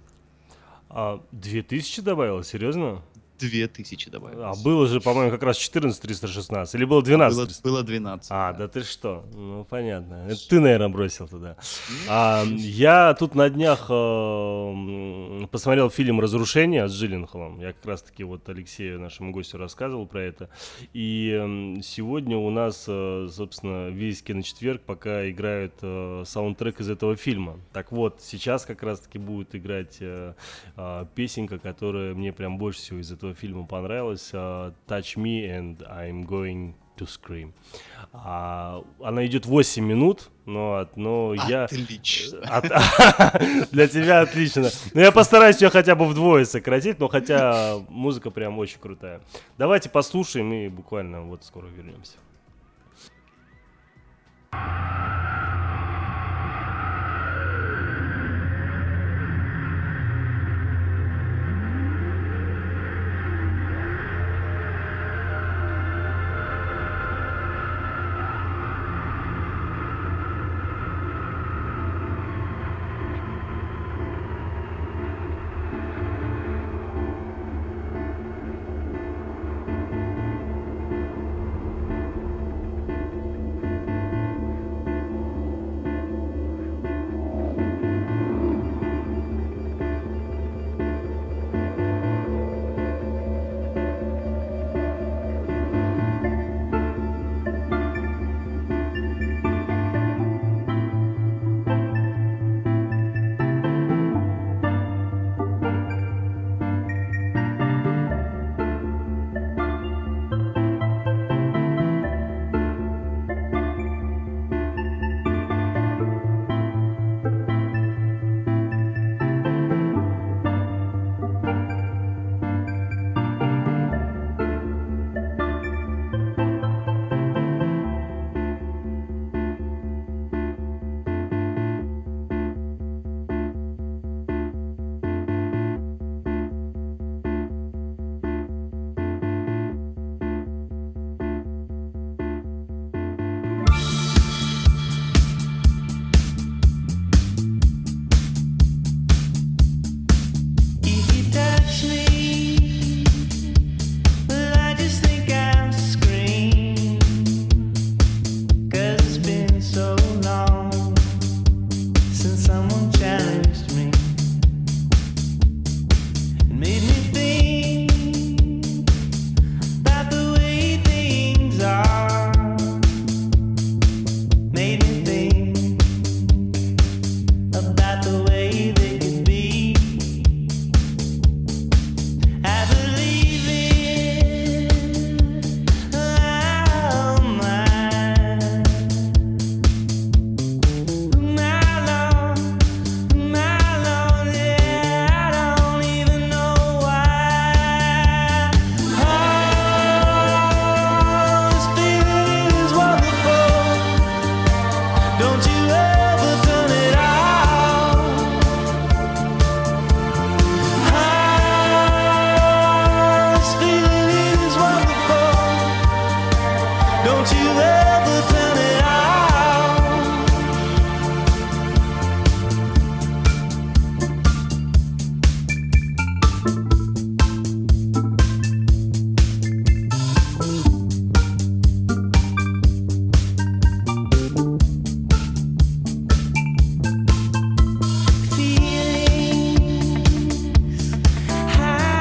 2000 добавилось? Серьезно? 2000 добавилось. Было же, по-моему, как раз 14 316. Или было 12? Было 12. Да ты что? Ну, понятно. Это ты, наверное, бросил туда. Я тут на днях посмотрел фильм «Разрушение» с Джилленхолом. Я как раз-таки вот Алексею, нашему гостю, рассказывал про это. И сегодня у нас, собственно, весь киночетверг пока играет саундтрек из этого фильма. Так вот, сейчас как раз-таки будет играть песенка, которая мне прям больше всего из этого фильма понравилась. Touch Me and I'm Going to Scream. Она идет 8 минут, но я... Отлично. Для тебя отлично. Но я постараюсь ее хотя бы вдвое сократить, но хотя музыка прям очень крутая. Давайте послушаем и буквально вот скоро вернемся.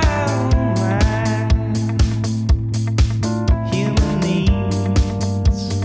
Human needs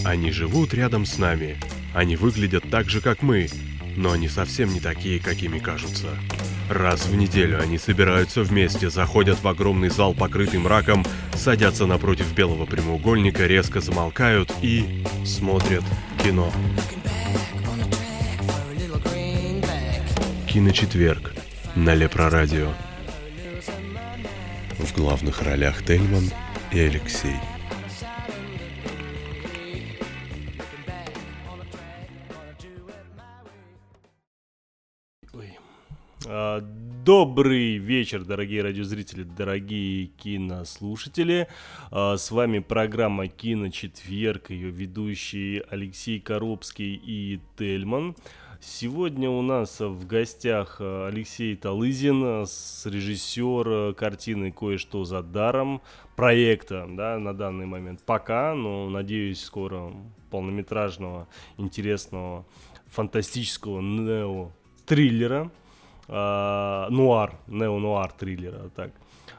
Они живут рядом с нами. Они выглядят так же, как мы, но они совсем не такие, какими кажутся. Раз в неделю они собираются вместе, заходят в огромный зал, покрытый мраком, садятся напротив белого прямоугольника, резко замолкают и смотрят кино. Киночетверг на Лепрорадио. В главных ролях Тельман и Алексей. Добрый вечер, дорогие радиозрители, дорогие кинослушатели. С вами программа «Киночетверг», ее ведущие Алексей Коробский и Тельман. Сегодня у нас в гостях Алексей Талызин, режиссер картины «Кое-что за даром», проекта, да, на данный момент пока, но, надеюсь, скоро полнометражного, интересного, фантастического нео-триллера. Нео-нуар триллера, так.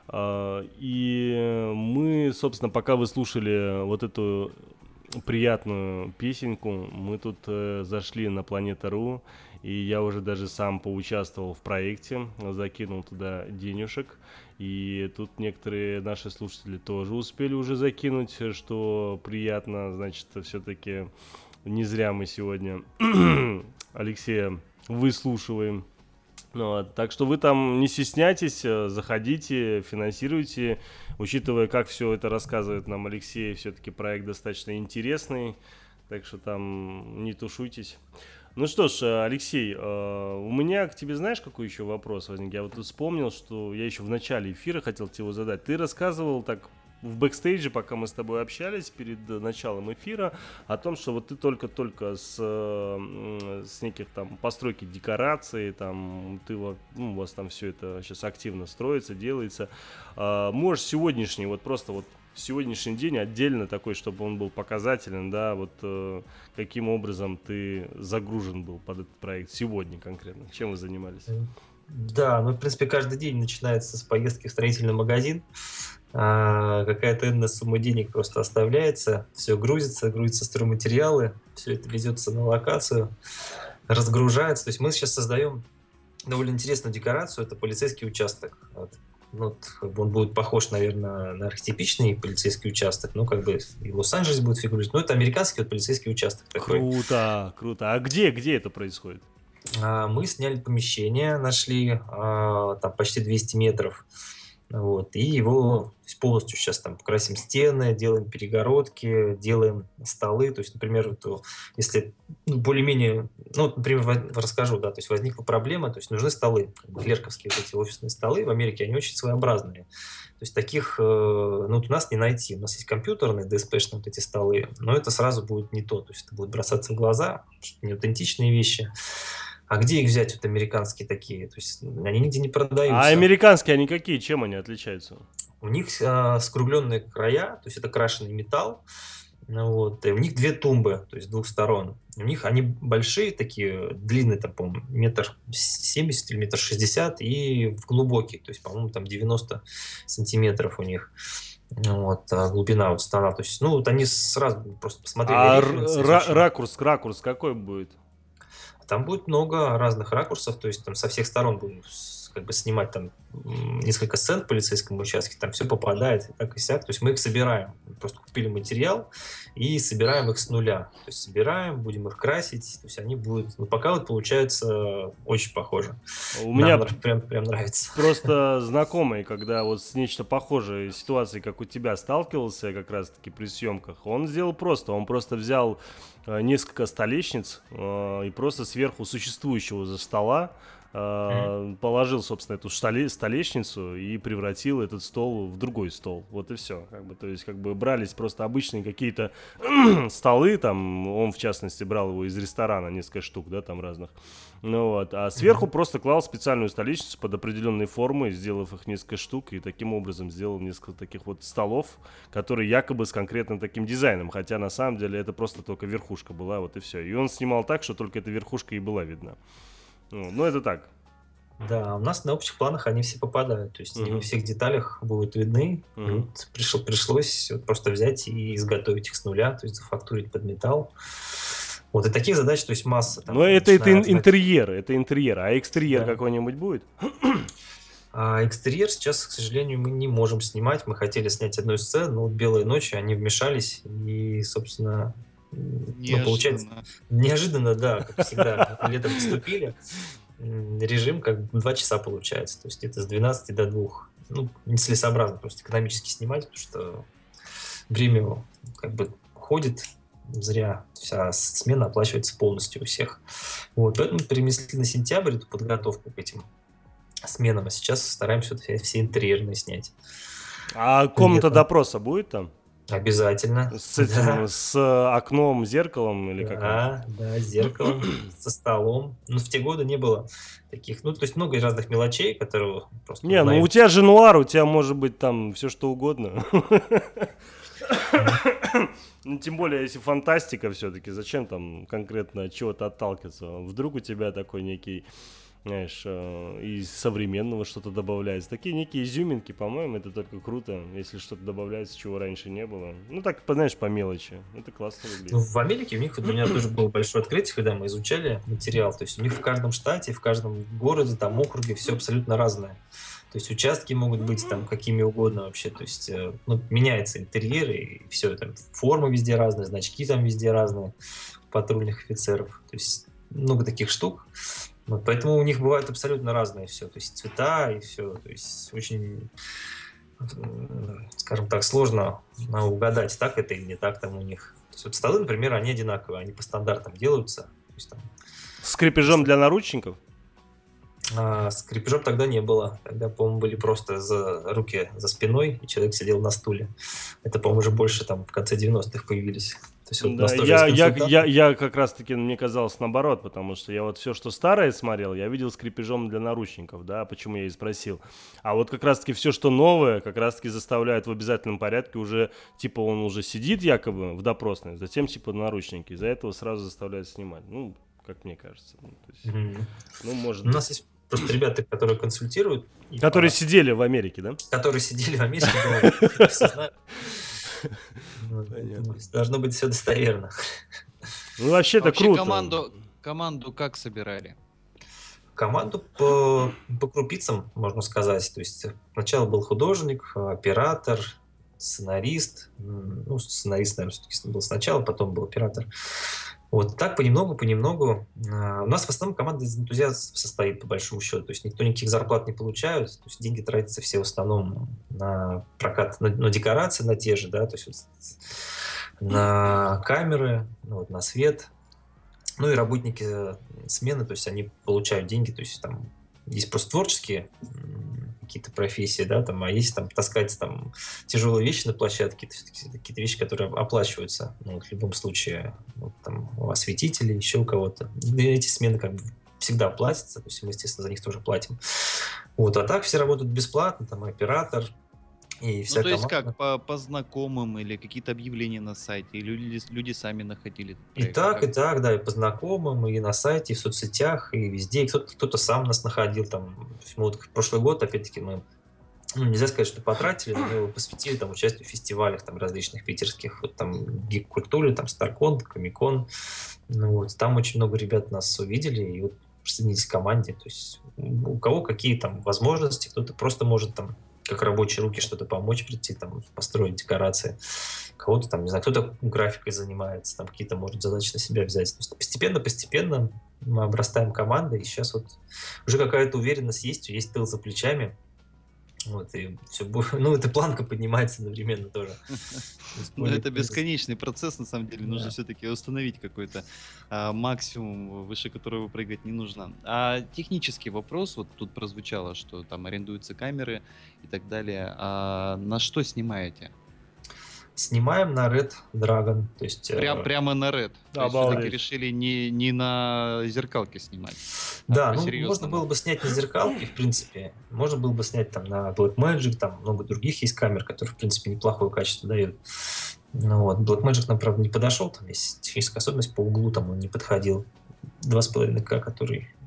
И мы, собственно, пока вы слушали вот эту приятную песенку, мы тут зашли на Планета.ру, и я уже даже сам поучаствовал в проекте, закинул туда денежек, и тут некоторые наши слушатели тоже успели уже закинуть, что приятно, значит, все-таки не зря мы сегодня Алексея выслушиваем. Так что вы там не стесняйтесь, заходите, финансируйте. Учитывая, как все это рассказывает нам Алексей, все-таки проект достаточно интересный, так что там не тушуйтесь. Ну что ж, Алексей, у меня к тебе, знаешь, какой еще вопрос возник? Я вот тут вспомнил, что я еще в начале эфира хотел тебе его задать. Ты рассказывал так в бэкстейдже, пока мы с тобой общались перед началом эфира, о том, что вот ты только-только с неких там постройки декораций, там ты вот, у вас там все это сейчас активно строится, делается. Можешь сегодняшний, вот просто вот сегодняшний день отдельно такой, чтобы он был показателен, да, вот каким образом ты загружен был под этот проект сегодня конкретно, чем вы занимались? Да, ну, в принципе, каждый день начинается с поездки в строительный магазин. Какая-то энная сумма денег просто оставляется, все грузится стройматериалы, все это везется на локацию, разгружается. То есть мы сейчас создаем довольно интересную декорацию, это полицейский участок. Ну, он будет похож, наверное, на архетипичный полицейский участок, ну, как бы и Лос-Анджелес будет фигурировать, но это американский вот полицейский участок такой. Круто, круто. А где это происходит? Мы сняли помещение, нашли там почти 200 метров. Вот, и его полностью сейчас там красим стены, делаем перегородки, делаем столы. То есть, например, если более-менее, ну, вот, например, расскажу, да, то есть возникла проблема, то есть нужны столы, клерковские вот эти офисные столы в Америке, они очень своеобразные. То есть таких, ну, вот у нас не найти. У нас есть компьютерные, DSP-шные вот эти столы, но это сразу будет не то. То есть это будет бросаться в глаза, не аутентичные вещи. А где их взять, вот американские такие? То есть они нигде не продаются. А американские они какие? Чем они отличаются? У них скругленные края, то есть это крашеный металл. Вот, и у них две тумбы, то есть с двух сторон. У них они большие такие, длинные, там, по-моему, 1,70 или 1,60 и глубокие, то есть, по-моему, там 90 сантиметров у них. Вот, глубина вот стола. То есть, ну, вот они сразу просто посмотрели. Ракурс какой будет? Там будет много разных ракурсов, то есть там со всех сторон будем как бы снимать там несколько сцен в полицейском участке, там все попадает и так и сяк. То есть мы их собираем, просто купили материал и собираем их с нуля. То есть собираем, будем их красить, то есть они будут, ну, пока вот получается очень похоже. У меня прям нравится. Просто знакомый, когда вот с нечто похожей ситуацией, как у тебя, сталкивался как раз-таки при съемках, он сделал просто, он просто взял несколько столешниц и просто сверху существующего за стола положил, собственно, эту столешницу и превратил этот стол в другой стол. Вот и все. Как бы, то есть, как бы брались просто обычные какие-то столы, там, он, в частности, брал его из ресторана, несколько штук, да, там разных. Ну вот, а сверху просто клал специальную столешницу под определенной формой, сделав их несколько штук, и таким образом сделал несколько таких вот столов, которые якобы с конкретным таким дизайном, хотя на самом деле это просто только верхушка была, вот и все. И он снимал так, что только эта верхушка и была видна. Ну, это так. Да, у нас на общих планах они все попадают, то есть не во всех деталях будут видны. Вот пришлось вот просто взять и изготовить их с нуля, то есть зафактурить под металл. Вот и таких задач, то есть масса. Там, но это начиная от интерьер, а экстерьер Да. какой-нибудь будет? А экстерьер сейчас, к сожалению, мы не можем снимать. Мы хотели снять одну из сцен, но вот «Белые ночи», они вмешались, и, собственно, ну, получается, неожиданно, да, как всегда, летом вступили. Режим как бы 2 часа получается, то есть это с 12 до 2. Ну, нецелесообразно просто экономически снимать, потому что время как бы уходит зря, вся смена оплачивается полностью у всех. Вот, поэтому перенесли на сентябрь эту подготовку к этим сменам, а сейчас стараемся вот все интерьерные снять. А комната Где-то. допроса будет там? Обязательно. С этим, Да. с окном, зеркалом или как? Да, с зеркалом, со столом. Ну, в те годы не было таких, ну, то есть много разных мелочей, которые просто Не, ну узнаем. у тебя же нуар, у тебя может быть там все что угодно. Ну, тем более, если фантастика все-таки, зачем там конкретно от чего-то отталкиваться? Вдруг у тебя такой некий, знаешь, из современного что-то добавляется. Такие некие изюминки, по-моему, это только круто, если что-то добавляется, чего раньше не было. Ну, так, знаешь, по мелочи. Это классно выглядит. Ну, в Америке у них, вот у меня тоже было большое открытие, когда мы изучали материал. То есть у них в каждом штате, в каждом городе, там, округе все абсолютно разное. То есть участки могут быть там какими угодно вообще. То есть ну, меняется интерьер и все. Там формы везде разные, значки там везде разные у патрульных офицеров. То есть много таких штук. Вот, поэтому у них бывает абсолютно разное все. То есть цвета и все. То есть очень, скажем так, сложно угадать, так это или не так там у них. То есть вот столы, например, они одинаковые, они по стандартам делаются. То есть, там, С крепежом для наручников? с крепежом тогда не было. Тогда, по-моему, были просто руки за спиной, и человек сидел на стуле. Это, по-моему, уже больше там в конце 90-х появились. То есть, вот у Да, нас тоже есть консультант. я как раз-таки, мне казалось наоборот, потому что я вот все, что старое смотрел, я видел с крепежом для наручников, да, почему я и спросил. А вот как раз-таки все, что новое, как раз-таки заставляют в обязательном порядке уже, типа он уже сидит якобы в допросной, затем типа наручники, из-за этого сразу заставляют снимать. Ну, как мне кажется. Ну, то есть, ну, может У нас есть просто ребята, которые консультируют. Которые сидели в Америке, да? Которые сидели в Америке, думаю, все знают. Должно быть все достоверно. Ну, вообще-то Вообще круто. команду как собирали? Команду по крупицам, можно сказать. То есть сначала был художник, оператор, сценарист. Ну, сценарист, наверное, все-таки был сначала, потом был оператор. Вот так понемногу. У нас в основном команда из энтузиастов состоит, по большому счету. То есть никто никаких зарплат не получает. То есть деньги тратятся все в основном на прокат, на декорации, на те же, да, то есть вот на камеры, вот, на свет. Ну и работники смены, то есть они получают деньги, то есть там есть просто творческие какие-то профессии, да, там, а есть там таскать там тяжелые вещи на площадке, какие-то вещи, которые оплачиваются, ну, вот, в любом случае, вот, там, у осветителей, еще у кого-то. И эти смены как бы всегда платятся, то есть мы, естественно, за них тоже платим. Вот, а так все работают бесплатно, там, оператор и вся Ну, то есть команда. как, по знакомым или какие-то объявления на сайте, или люди сами находили этот И проект? так, да, и по знакомым, и на сайте, и в соцсетях, и везде. И кто-то сам нас находил. Там, вот в прошлый год, опять-таки, мы, ну, нельзя сказать, что потратили, но мы его посвятили там, участию в фестивалях там, различных питерских. Вот, там Гик-культуре, там Старкон, Комикон. Ну, вот, там очень много ребят нас увидели и вот присоединились к команде. То есть у кого какие там возможности, кто-то просто может там как рабочие руки что-то помочь прийти, там, построить декорации. Кого-то там, не знаю, кто-то графикой занимается, там какие-то, может, задачи на себя взять. То есть постепенно мы обрастаем командой, и сейчас вот уже какая-то уверенность есть тыл за плечами. Вот, и все, ну, эта планка поднимается одновременно тоже. Ну, это бесконечный процесс, на самом деле. Нужно Да. все-таки установить какой-то максимум, выше которого прыгать не нужно. А технический вопрос, вот тут прозвучало, что там арендуются камеры и так далее. А на что снимаете? Снимаем на Red Dragon. То есть, Прямо на Red. То есть Обалдеть. все-таки решили не на зеркалке снимать. да, ну, по-серьезному. можно было бы снять на зеркалке, в принципе. Можно было бы снять там на Blackmagic, там много других есть камер, которые, в принципе, неплохое качество дают. Ну, вот. Blackmagic нам, правда, не подошел, там есть техническая особенность, по углу там он не подходил. 2,5К, который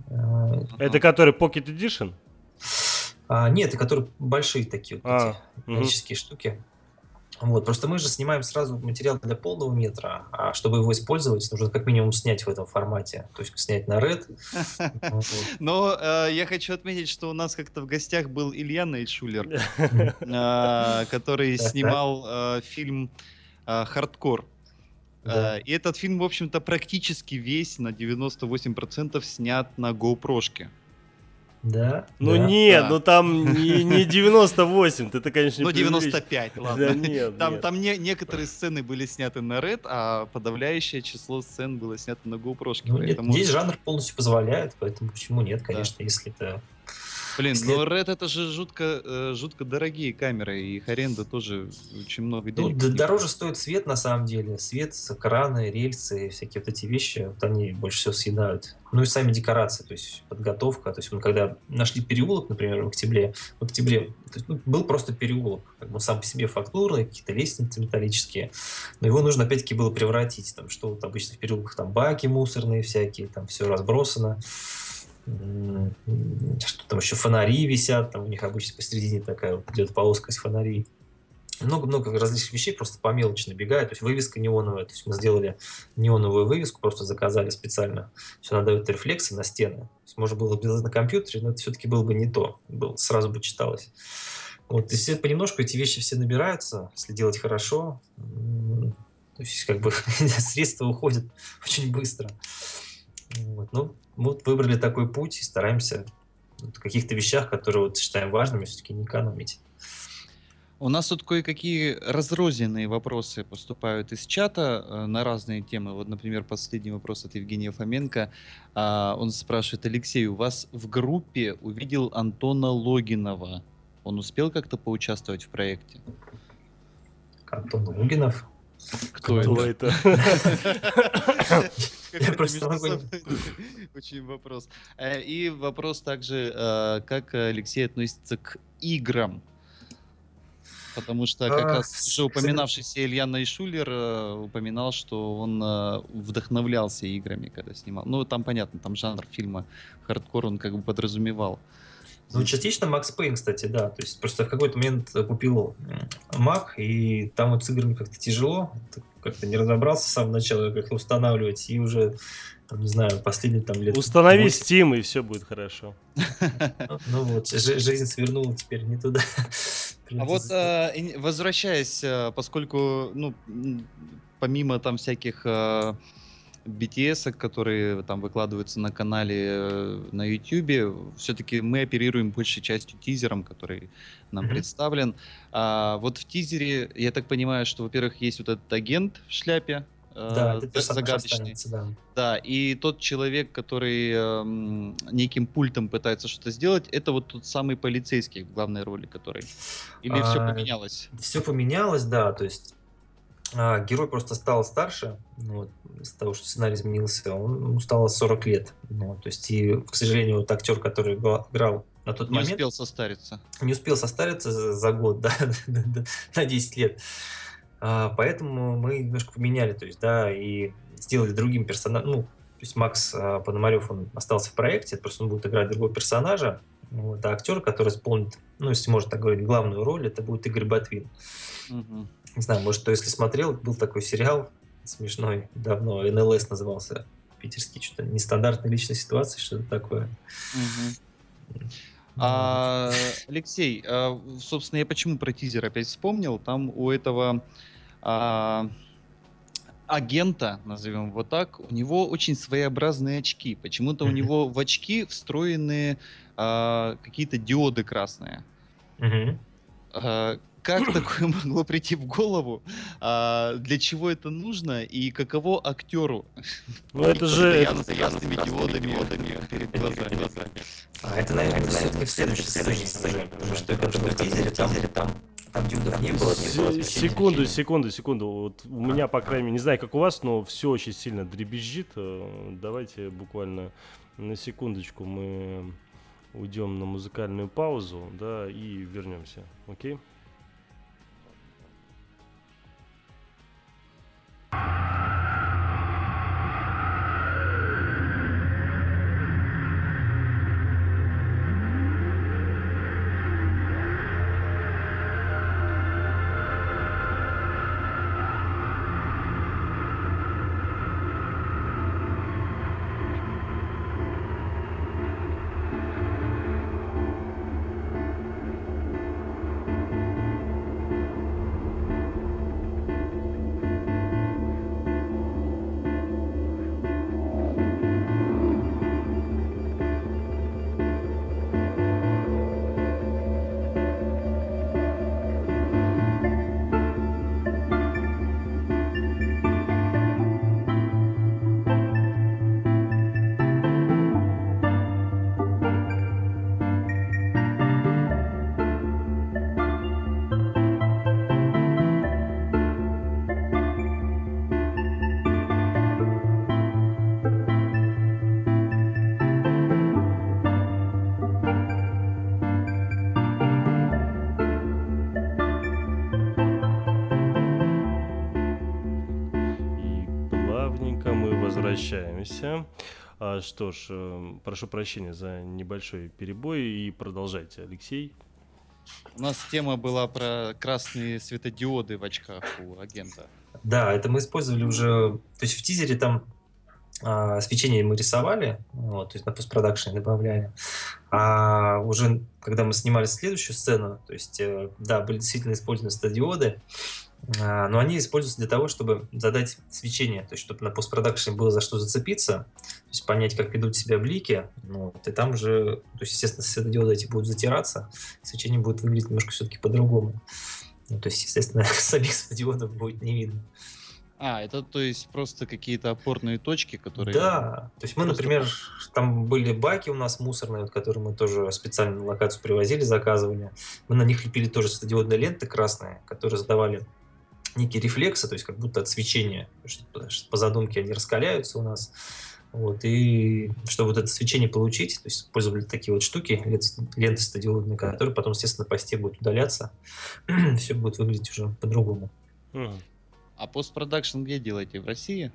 Это который Pocket Edition? Нет, это которые большие такие вот эти металлические штуки. Вот, просто мы же снимаем сразу материал для полного метра, а чтобы его использовать, нужно как минимум снять в этом формате, то есть снять на Red. Но я хочу отметить, что у нас как-то в гостях был Илья Нейтшулер, который снимал фильм «Хардкор». И этот фильм, в общем-то, практически весь на 98% снят на GoPro-шке. Да. Ну да, нет, да. ну там не 98, ты конечно, не Ну, преувеличиваешь. 95, ладно. Да нет, Там, нет. там некоторые сцены были сняты на Red, а подавляющее число сцен было снято на GoPro-шке. Ну, нет, поэтому... здесь жанр полностью позволяет, поэтому почему нет, конечно, если это... Блин, если но Red это же жутко дорогие камеры, и их аренда тоже очень много Ну, денег. дороже стоит свет, на самом деле. Свет, краны, рельсы, всякие вот эти вещи, вот они больше всего съедают. Ну и сами декорации, то есть подготовка. То есть мы когда нашли переулок, например, в октябре, то есть, был просто переулок, как бы сам по себе фактурный, какие-то лестницы металлические. Но его нужно опять-таки было превратить. Там, что вот обычно в переулках там баки мусорные всякие, там все разбросано. Что там еще, фонари висят, там у них обычно посередине такая вот идет полоска из фонарей. Много-много различных вещей просто по мелочи набегает. То есть вывеска неоновая. То есть мы сделали неоновую вывеску, просто заказали специально. Все надает рефлексы на стены. То есть можно было бы сделать на компьютере, но это все-таки было бы не то. Сразу бы читалось. Вот, и все понемножку эти вещи все набираются, если делать хорошо. То есть как бы средства уходят очень быстро. Вот. Ну, мы вот выбрали такой путь и стараемся в каких-то вещах, которые вот считаем важными, все-таки не экономить. У нас тут кое-какие разрозненные вопросы поступают из чата на разные темы. Вот, например, последний вопрос от Евгения Фоменко. Он спрашивает: Алексей, у вас в группе увидел Антона Логинова. Он успел как-то поучаствовать в проекте? Антон Логинов? Кто это? Очень вопрос. И вопрос также, как Алексей относится к играм? Потому что как раз уже упоминавшийся Илья Найшулер упоминал, что он вдохновлялся играми, когда снимал. Ну, там понятно, там жанр фильма хардкор он как бы подразумевал. Ну, частично Макс Пейн, кстати, да. То есть просто в какой-то момент купил Mac, и там вот с играми как-то тяжело. Как-то не разобрался с самого начала, как их устанавливать, и уже, там, не знаю, последние там лет... Установи Steam, и все будет хорошо. Ну вот, жизнь свернула теперь не туда. А вот возвращаясь, поскольку, ну, помимо там всяких BTS, которые там выкладываются на канале на YouTube, все-таки мы оперируем большей частью тизером, который нам представлен. Вот в тизере, я так понимаю, что, во-первых, есть вот этот агент в шляпе, да, это загадочный. Да, и тот человек, который неким пультом пытается что-то сделать, это вот тот самый полицейский в главной роли, который... Или все поменялось? Все поменялось, да, то есть герой просто стал старше, вот, из-за того, что сценарий изменился, ему стало 40 лет. Ну, то есть, и, к сожалению, вот актер, который играл на тот момент... Не успел состариться. Не успел состариться за год, да, на 10 лет. Поэтому мы немножко поменяли, то есть, да, и сделали другим персонажем. Ну, то есть Макс Пономарев, он остался в проекте, просто он будет играть другого персонажа. Вот, а актер, который исполнит, ну, если можно так говорить, главную роль, это будет Игорь Ботвин. Не знаю, может, кто если смотрел, был такой сериал смешной давно, НЛС назывался, питерский, что-то нестандартная личная ситуация, что-то такое. Алексей, собственно, я почему про тизер опять вспомнил? Там у этого агента, назовем его так, у него очень своеобразные очки. Почему-то у него в очки встроены какие-то диоды красные. Как такое могло прийти в голову? Для чего это нужно? И каково актеру? Ну это же... С красными диодами перед глазами. Это, наверное, все-таки в следующей сцене. Потому что это в тизере, там диодов не было. Секунду. Вот у меня, по крайней мере, не знаю, как у вас, но все очень сильно дребезжит. Давайте буквально на секундочку мы уйдем на музыкальную паузу, да, и вернемся. Окей? возвращаемся. Что ж, прошу прощения за небольшой перебой и продолжайте, Алексей. У нас тема была про красные светодиоды в очках у агента. Да, это мы использовали уже, то есть в тизере там свечение мы рисовали, вот, то есть на постпродакшене добавляли. А уже когда мы снимали следующую сцену, то есть, да, были действительно использованы светодиоды, но они используются для того, чтобы задать свечение, то есть чтобы на постпродакшене было за что зацепиться, то есть понять, как ведут себя блики, ну, вот, и там уже, то есть, естественно, светодиоды эти будут затираться, свечение будет выглядеть немножко все-таки по-другому. Ну, то есть, естественно, самих светодиодов будет не видно. Это то есть просто какие-то опорные точки, которые... Да, то есть мы, например, там были баки у нас мусорные, вот, которые мы тоже специально на локацию привозили, заказывали. Мы на них лепили тоже светодиодные ленты красные, которые задавали некие рефлексы, то есть как будто от свечения, потому что по задумке они раскаляются у нас. Вот, и чтобы вот это свечение получить, то есть использовали такие вот штуки, ленты светодиодные, которые потом, естественно, на посте будут удаляться, все будет выглядеть уже по-другому. А постпродакшн где делаете? В России?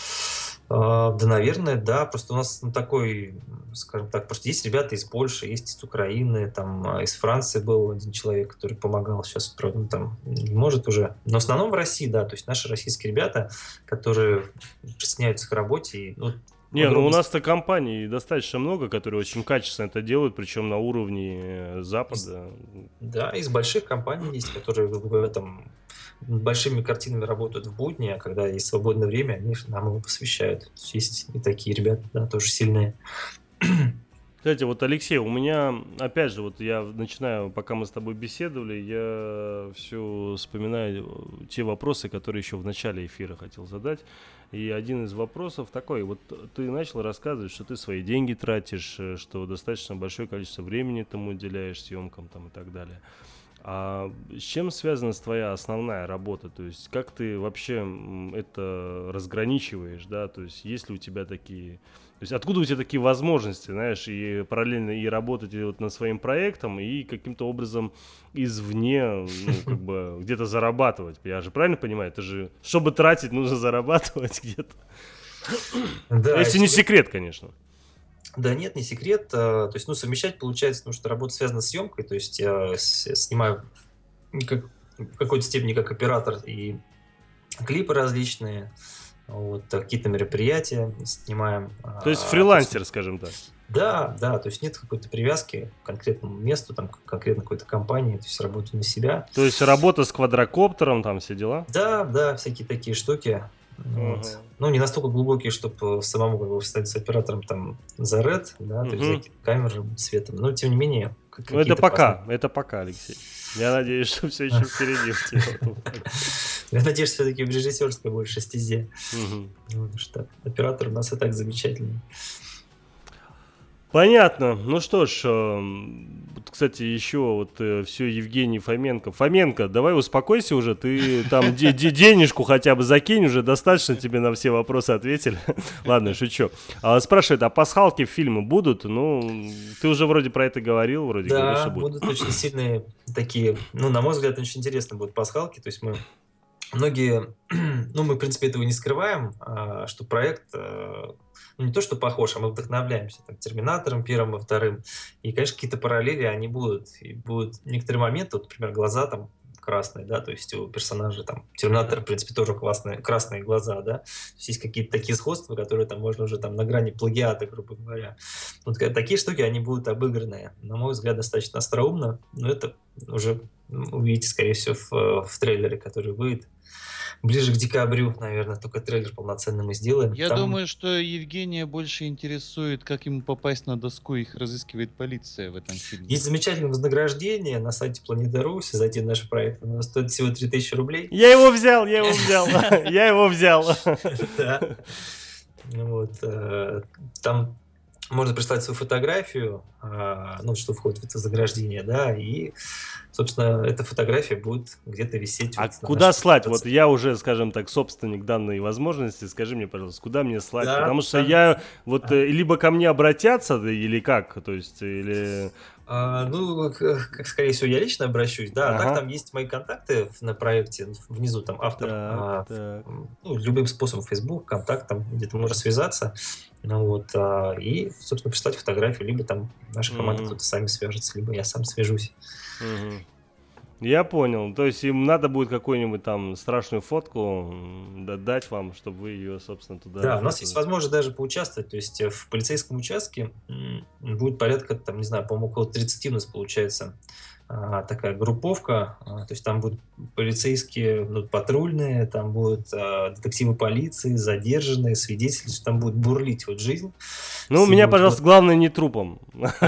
Да, наверное, да. Просто у нас такой, скажем так, просто есть ребята из Польши, есть из Украины, там из Франции был один человек, который помогал. Сейчас, правда, он там не может уже. Но в основном в России, да. То есть наши российские ребята, которые присоединяются к работе. И, Не, ну у нас-то компаний достаточно много, которые очень качественно это делают, причем на уровне Запада. Да, из больших компаний есть, которые в этом большими картинами работают в будни, а когда есть свободное время, они нам его посвящают. Есть и такие ребята, да, тоже сильные. Кстати, вот, Алексей, у меня, опять же, вот я начинаю, пока мы с тобой беседовали, я все вспоминаю те вопросы, которые еще в начале эфира хотел задать. И один из вопросов такой, вот ты начал рассказывать, что ты свои деньги тратишь, что достаточно большое количество времени тому уделяешь съемкам там, и так далее. А с чем связана твоя основная работа? То есть как ты вообще это разграничиваешь, да? То есть есть ли у тебя такие... То есть откуда у тебя такие возможности, знаешь, и параллельно и работать вот над своим проектом, и каким-то образом извне, ну, как бы где-то зарабатывать? Я же правильно понимаю? Это же, чтобы тратить, нужно зарабатывать где-то. Да, если не секрет, конечно. Да нет, не секрет. То есть, ну, совмещать получается, потому что работа связана с съемкой. То есть я снимаю в какой-то степени как оператор и клипы различные, вот, какие-то мероприятия снимаем. То есть фрилансер, скажем так. Да, да, то есть нет какой-то привязки к конкретному месту, там, к конкретно какой-то компании, то есть работаю на себя. То есть работа с квадрокоптером, там все дела? Да, да, всякие такие штуки. Вот. Ну, не настолько глубокие, чтобы самому как бы стать с оператором там за Red, да, то есть камеры цветом. Но тем не менее. Ну, это пока, Алексей. Я надеюсь, что все еще впереди у тебя. Я надеюсь, все-таки в режиссерской больше стезе. Потому что оператор у нас и так замечательный. Понятно. Ну что ж, кстати, еще вот все Евгений Фоменко. Фоменко, давай успокойся уже, ты там денежку хотя бы закинь, уже достаточно тебе на все вопросы ответили. Ладно, шучу. Спрашивает, а пасхалки в фильмы будут? Ну, ты уже вроде про это говорил, вроде говоришь, что будут. Да, будут очень сильные такие, ну, на мой взгляд, очень интересно будут пасхалки, то есть мы многие, ну, мы, в принципе, этого не скрываем, что проект, ну, не то, что похож, а мы вдохновляемся там, Терминатором первым и вторым. И, конечно, какие-то параллели, они будут. И будут некоторые моменты, вот, например, глаза там красные, да, то есть у персонажа там Терминатор, в принципе, тоже красные глаза, да. То есть какие-то такие сходства, которые там можно уже там на грани плагиата, грубо говоря. Вот такие штуки, они будут обыграны. На мой взгляд, достаточно остроумно, но это уже увидите, скорее всего, в трейлере, который выйдет. Ближе к декабрю, наверное, только трейлер полноценный мы сделаем. Я думаю, что Евгения больше интересует, как ему попасть на доску, их разыскивает полиция в этом фильме. Есть замечательное вознаграждение на сайте Planet.ru, если зайти в наш проект, оно стоит всего 3000 рублей. Я его взял. Да. Там можно прислать свою фотографию, ну, что входит в это вознаграждение, да, и, собственно, эта фотография будет где-то висеть. А куда слать? Вот я уже, скажем так, собственник данной возможности, скажи мне, пожалуйста, куда мне слать? Да, потому что я, вот, либо ко мне обратятся, или как, то есть, или Ну, как скорее всего, я лично обращусь, да. А так Ага. там есть мои контакты на проекте, внизу там автор, Так. ну, любым способом, Facebook, контакт, там где-то можно связаться, ну, вот, и, собственно, прислать фотографию, либо там наша команда Мгм. кто-то сами свяжется, либо я сам свяжусь. Мгм. Я понял. То есть им надо будет какую-нибудь там страшную фотку дать вам, чтобы вы ее, собственно, туда Да, у нас есть фото. возможность даже поучаствовать, то есть в полицейском участке будет порядка, там, не знаю, по-моему, около 30 у нас получается такая групповка, то есть там будут полицейские, ну, патрульные, там будут детективы полиции, задержанные, свидетели, то есть там будет бурлить вот жизнь, Ну, все меня, будут пожалуйста, главное, не трупом.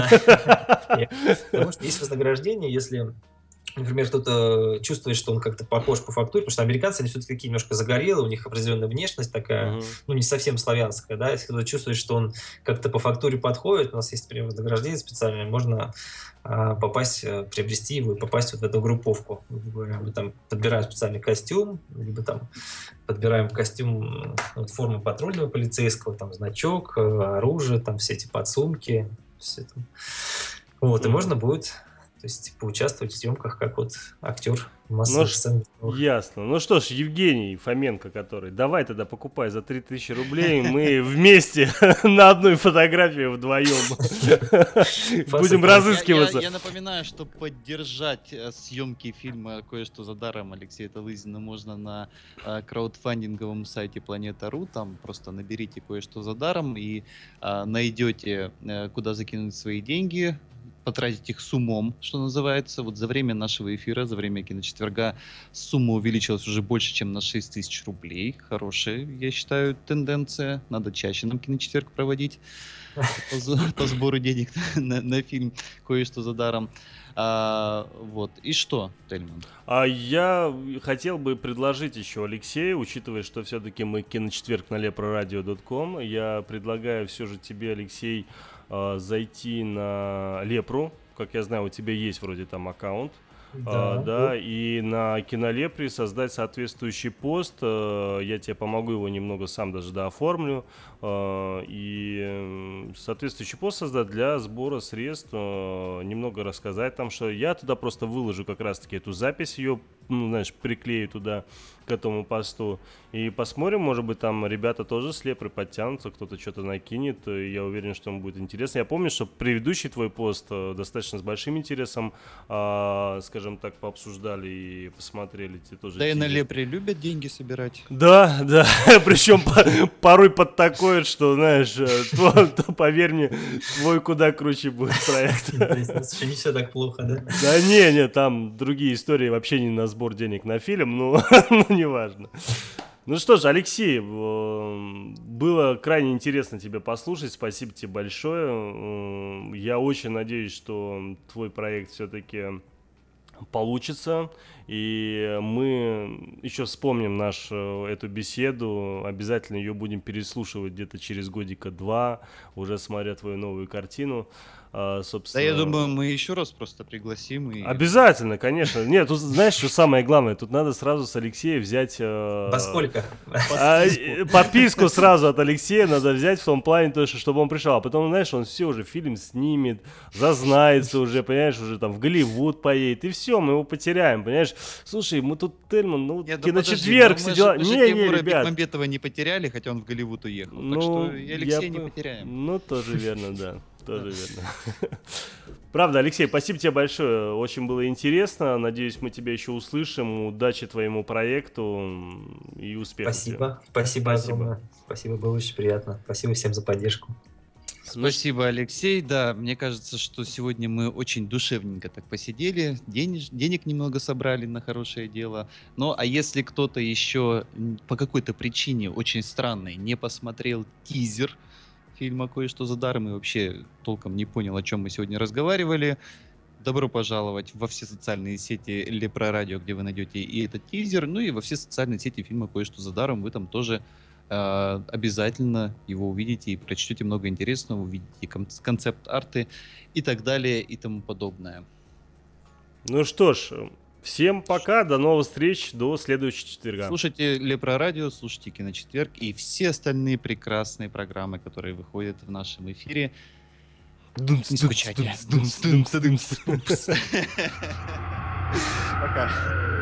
Потому что есть вознаграждение, если, например, кто-то чувствует, что он как-то похож по фактуре, потому что американцы, они все-таки такие немножко загорелые, у них определенная внешность такая, Мгм. ну, не совсем славянская, да, если кто-то чувствует, что он как-то по фактуре подходит, у нас есть, например, вознаграждение специальное, можно попасть, приобрести его и попасть вот в эту групповку. Грубо говоря, мы там подбираем специальный костюм, либо там подбираем костюм, вот, форму патрульного полицейского, там значок, оружие, там все эти подсумки, все там. Вот, и можно будет, то есть, поучаствовать в съемках как вот актер Ну, массовых сцен. ясно. Ну что ж, Евгений Фоменко, который, давай тогда покупай за 3000 рублей, мы вместе на одной фотографии вдвоем будем разыскиваться. Я напоминаю, что поддержать съемки фильма «Кое-что за даром» Алексея Талызина можно на краудфандинговом сайте Planeta.ru. Там просто наберите «Кое-что за даром» и найдете, куда закинуть свои деньги, потратить их с умом, что называется. Вот за время нашего эфира, за время киночетверга сумма увеличилась уже больше, чем на 6000 рублей. Хорошая, я считаю, тенденция. Надо чаще нам киночетверг проводить по сбору денег на фильм «Кое-что за даром». Вот. И что, Тельман? А я хотел бы предложить еще Алексею, учитывая, что все-таки мы киночетверг на leproradio.com, я предлагаю все же тебе, Алексей, зайти на Лепру. Как я знаю, у тебя есть вроде там аккаунт. Да, и на Кинолепре создать соответствующий пост. Я тебе помогу его немного сам даже дооформлю. И соответствующий пост создать для сбора средств. Немного рассказать там, что я туда просто выложу как раз-таки эту запись, ее, ну, знаешь, приклею туда к этому посту. И посмотрим, может быть, там ребята тоже с Лепры подтянутся, кто-то что-то накинет. И я уверен, что ему будет интересно. Я помню, что предыдущий твой пост достаточно с большим интересом, скажем так, пообсуждали и посмотрели. Те тоже Да и на тизер. Лепре любят деньги собирать. Да, причем порой подтакуют, что, знаешь, поверь мне, твой куда круче будет проект. То есть, у нас еще не все так плохо, да? Да не, там другие истории вообще не на сбор денег на фильм, ну, неважно. Ну что ж, Алексей, было крайне интересно тебя послушать, спасибо тебе большое. Я очень надеюсь, что твой проект все-таки получится, и мы еще вспомним эту беседу, обязательно ее будем переслушивать где-то через годика-два, уже смотря твою новую картину. Собственно... Да, я думаю, мы еще раз просто пригласим. И... Обязательно, конечно. Нет, тут знаешь, что самое главное? Тут надо сразу с Алексея взять... Во сколько? Подписку сразу от Алексея надо взять в том плане, то, чтобы он пришел. А потом, знаешь, он все уже фильм снимет, зазнается уже, понимаешь, уже там в Голливуд поедет. И все, мы его потеряем, понимаешь? Слушай, мы тут, Тельман, ну, киночетверг, все дела. Мы же Тимура Бекмамбетова не потеряли, хотя он в Голливуд уехал. Так что и Алексея не потеряем. Ну, тоже верно, да. Тоже верно. Правда, Алексей, спасибо тебе большое. Очень было интересно. Надеюсь, мы тебя еще услышим. Удачи твоему проекту и успехов. Спасибо. Спасибо огромное. Спасибо, было очень приятно. Спасибо всем за поддержку. Спасибо, Алексей. Да, мне кажется, что сегодня мы очень душевненько так посидели, денег немного собрали на хорошее дело. Ну, а если кто-то еще по какой-то причине очень странной не посмотрел тизер фильма «Кое-что за даром» и вообще толком не понял, о чем мы сегодня разговаривали, добро пожаловать во все социальные сети Лепра Радио, где вы найдете и этот тизер, ну и во все социальные сети фильма «Кое-что за даром». Вы там тоже обязательно его увидите и прочтете много интересного, увидите концепт-арты и так далее и тому подобное. Ну что ж, всем пока, до новых встреч, до следующего четверга. Слушайте Лепра Радио, слушайте Киночетверг и все остальные прекрасные программы, которые выходят в нашем эфире. Не скучайте. Пока.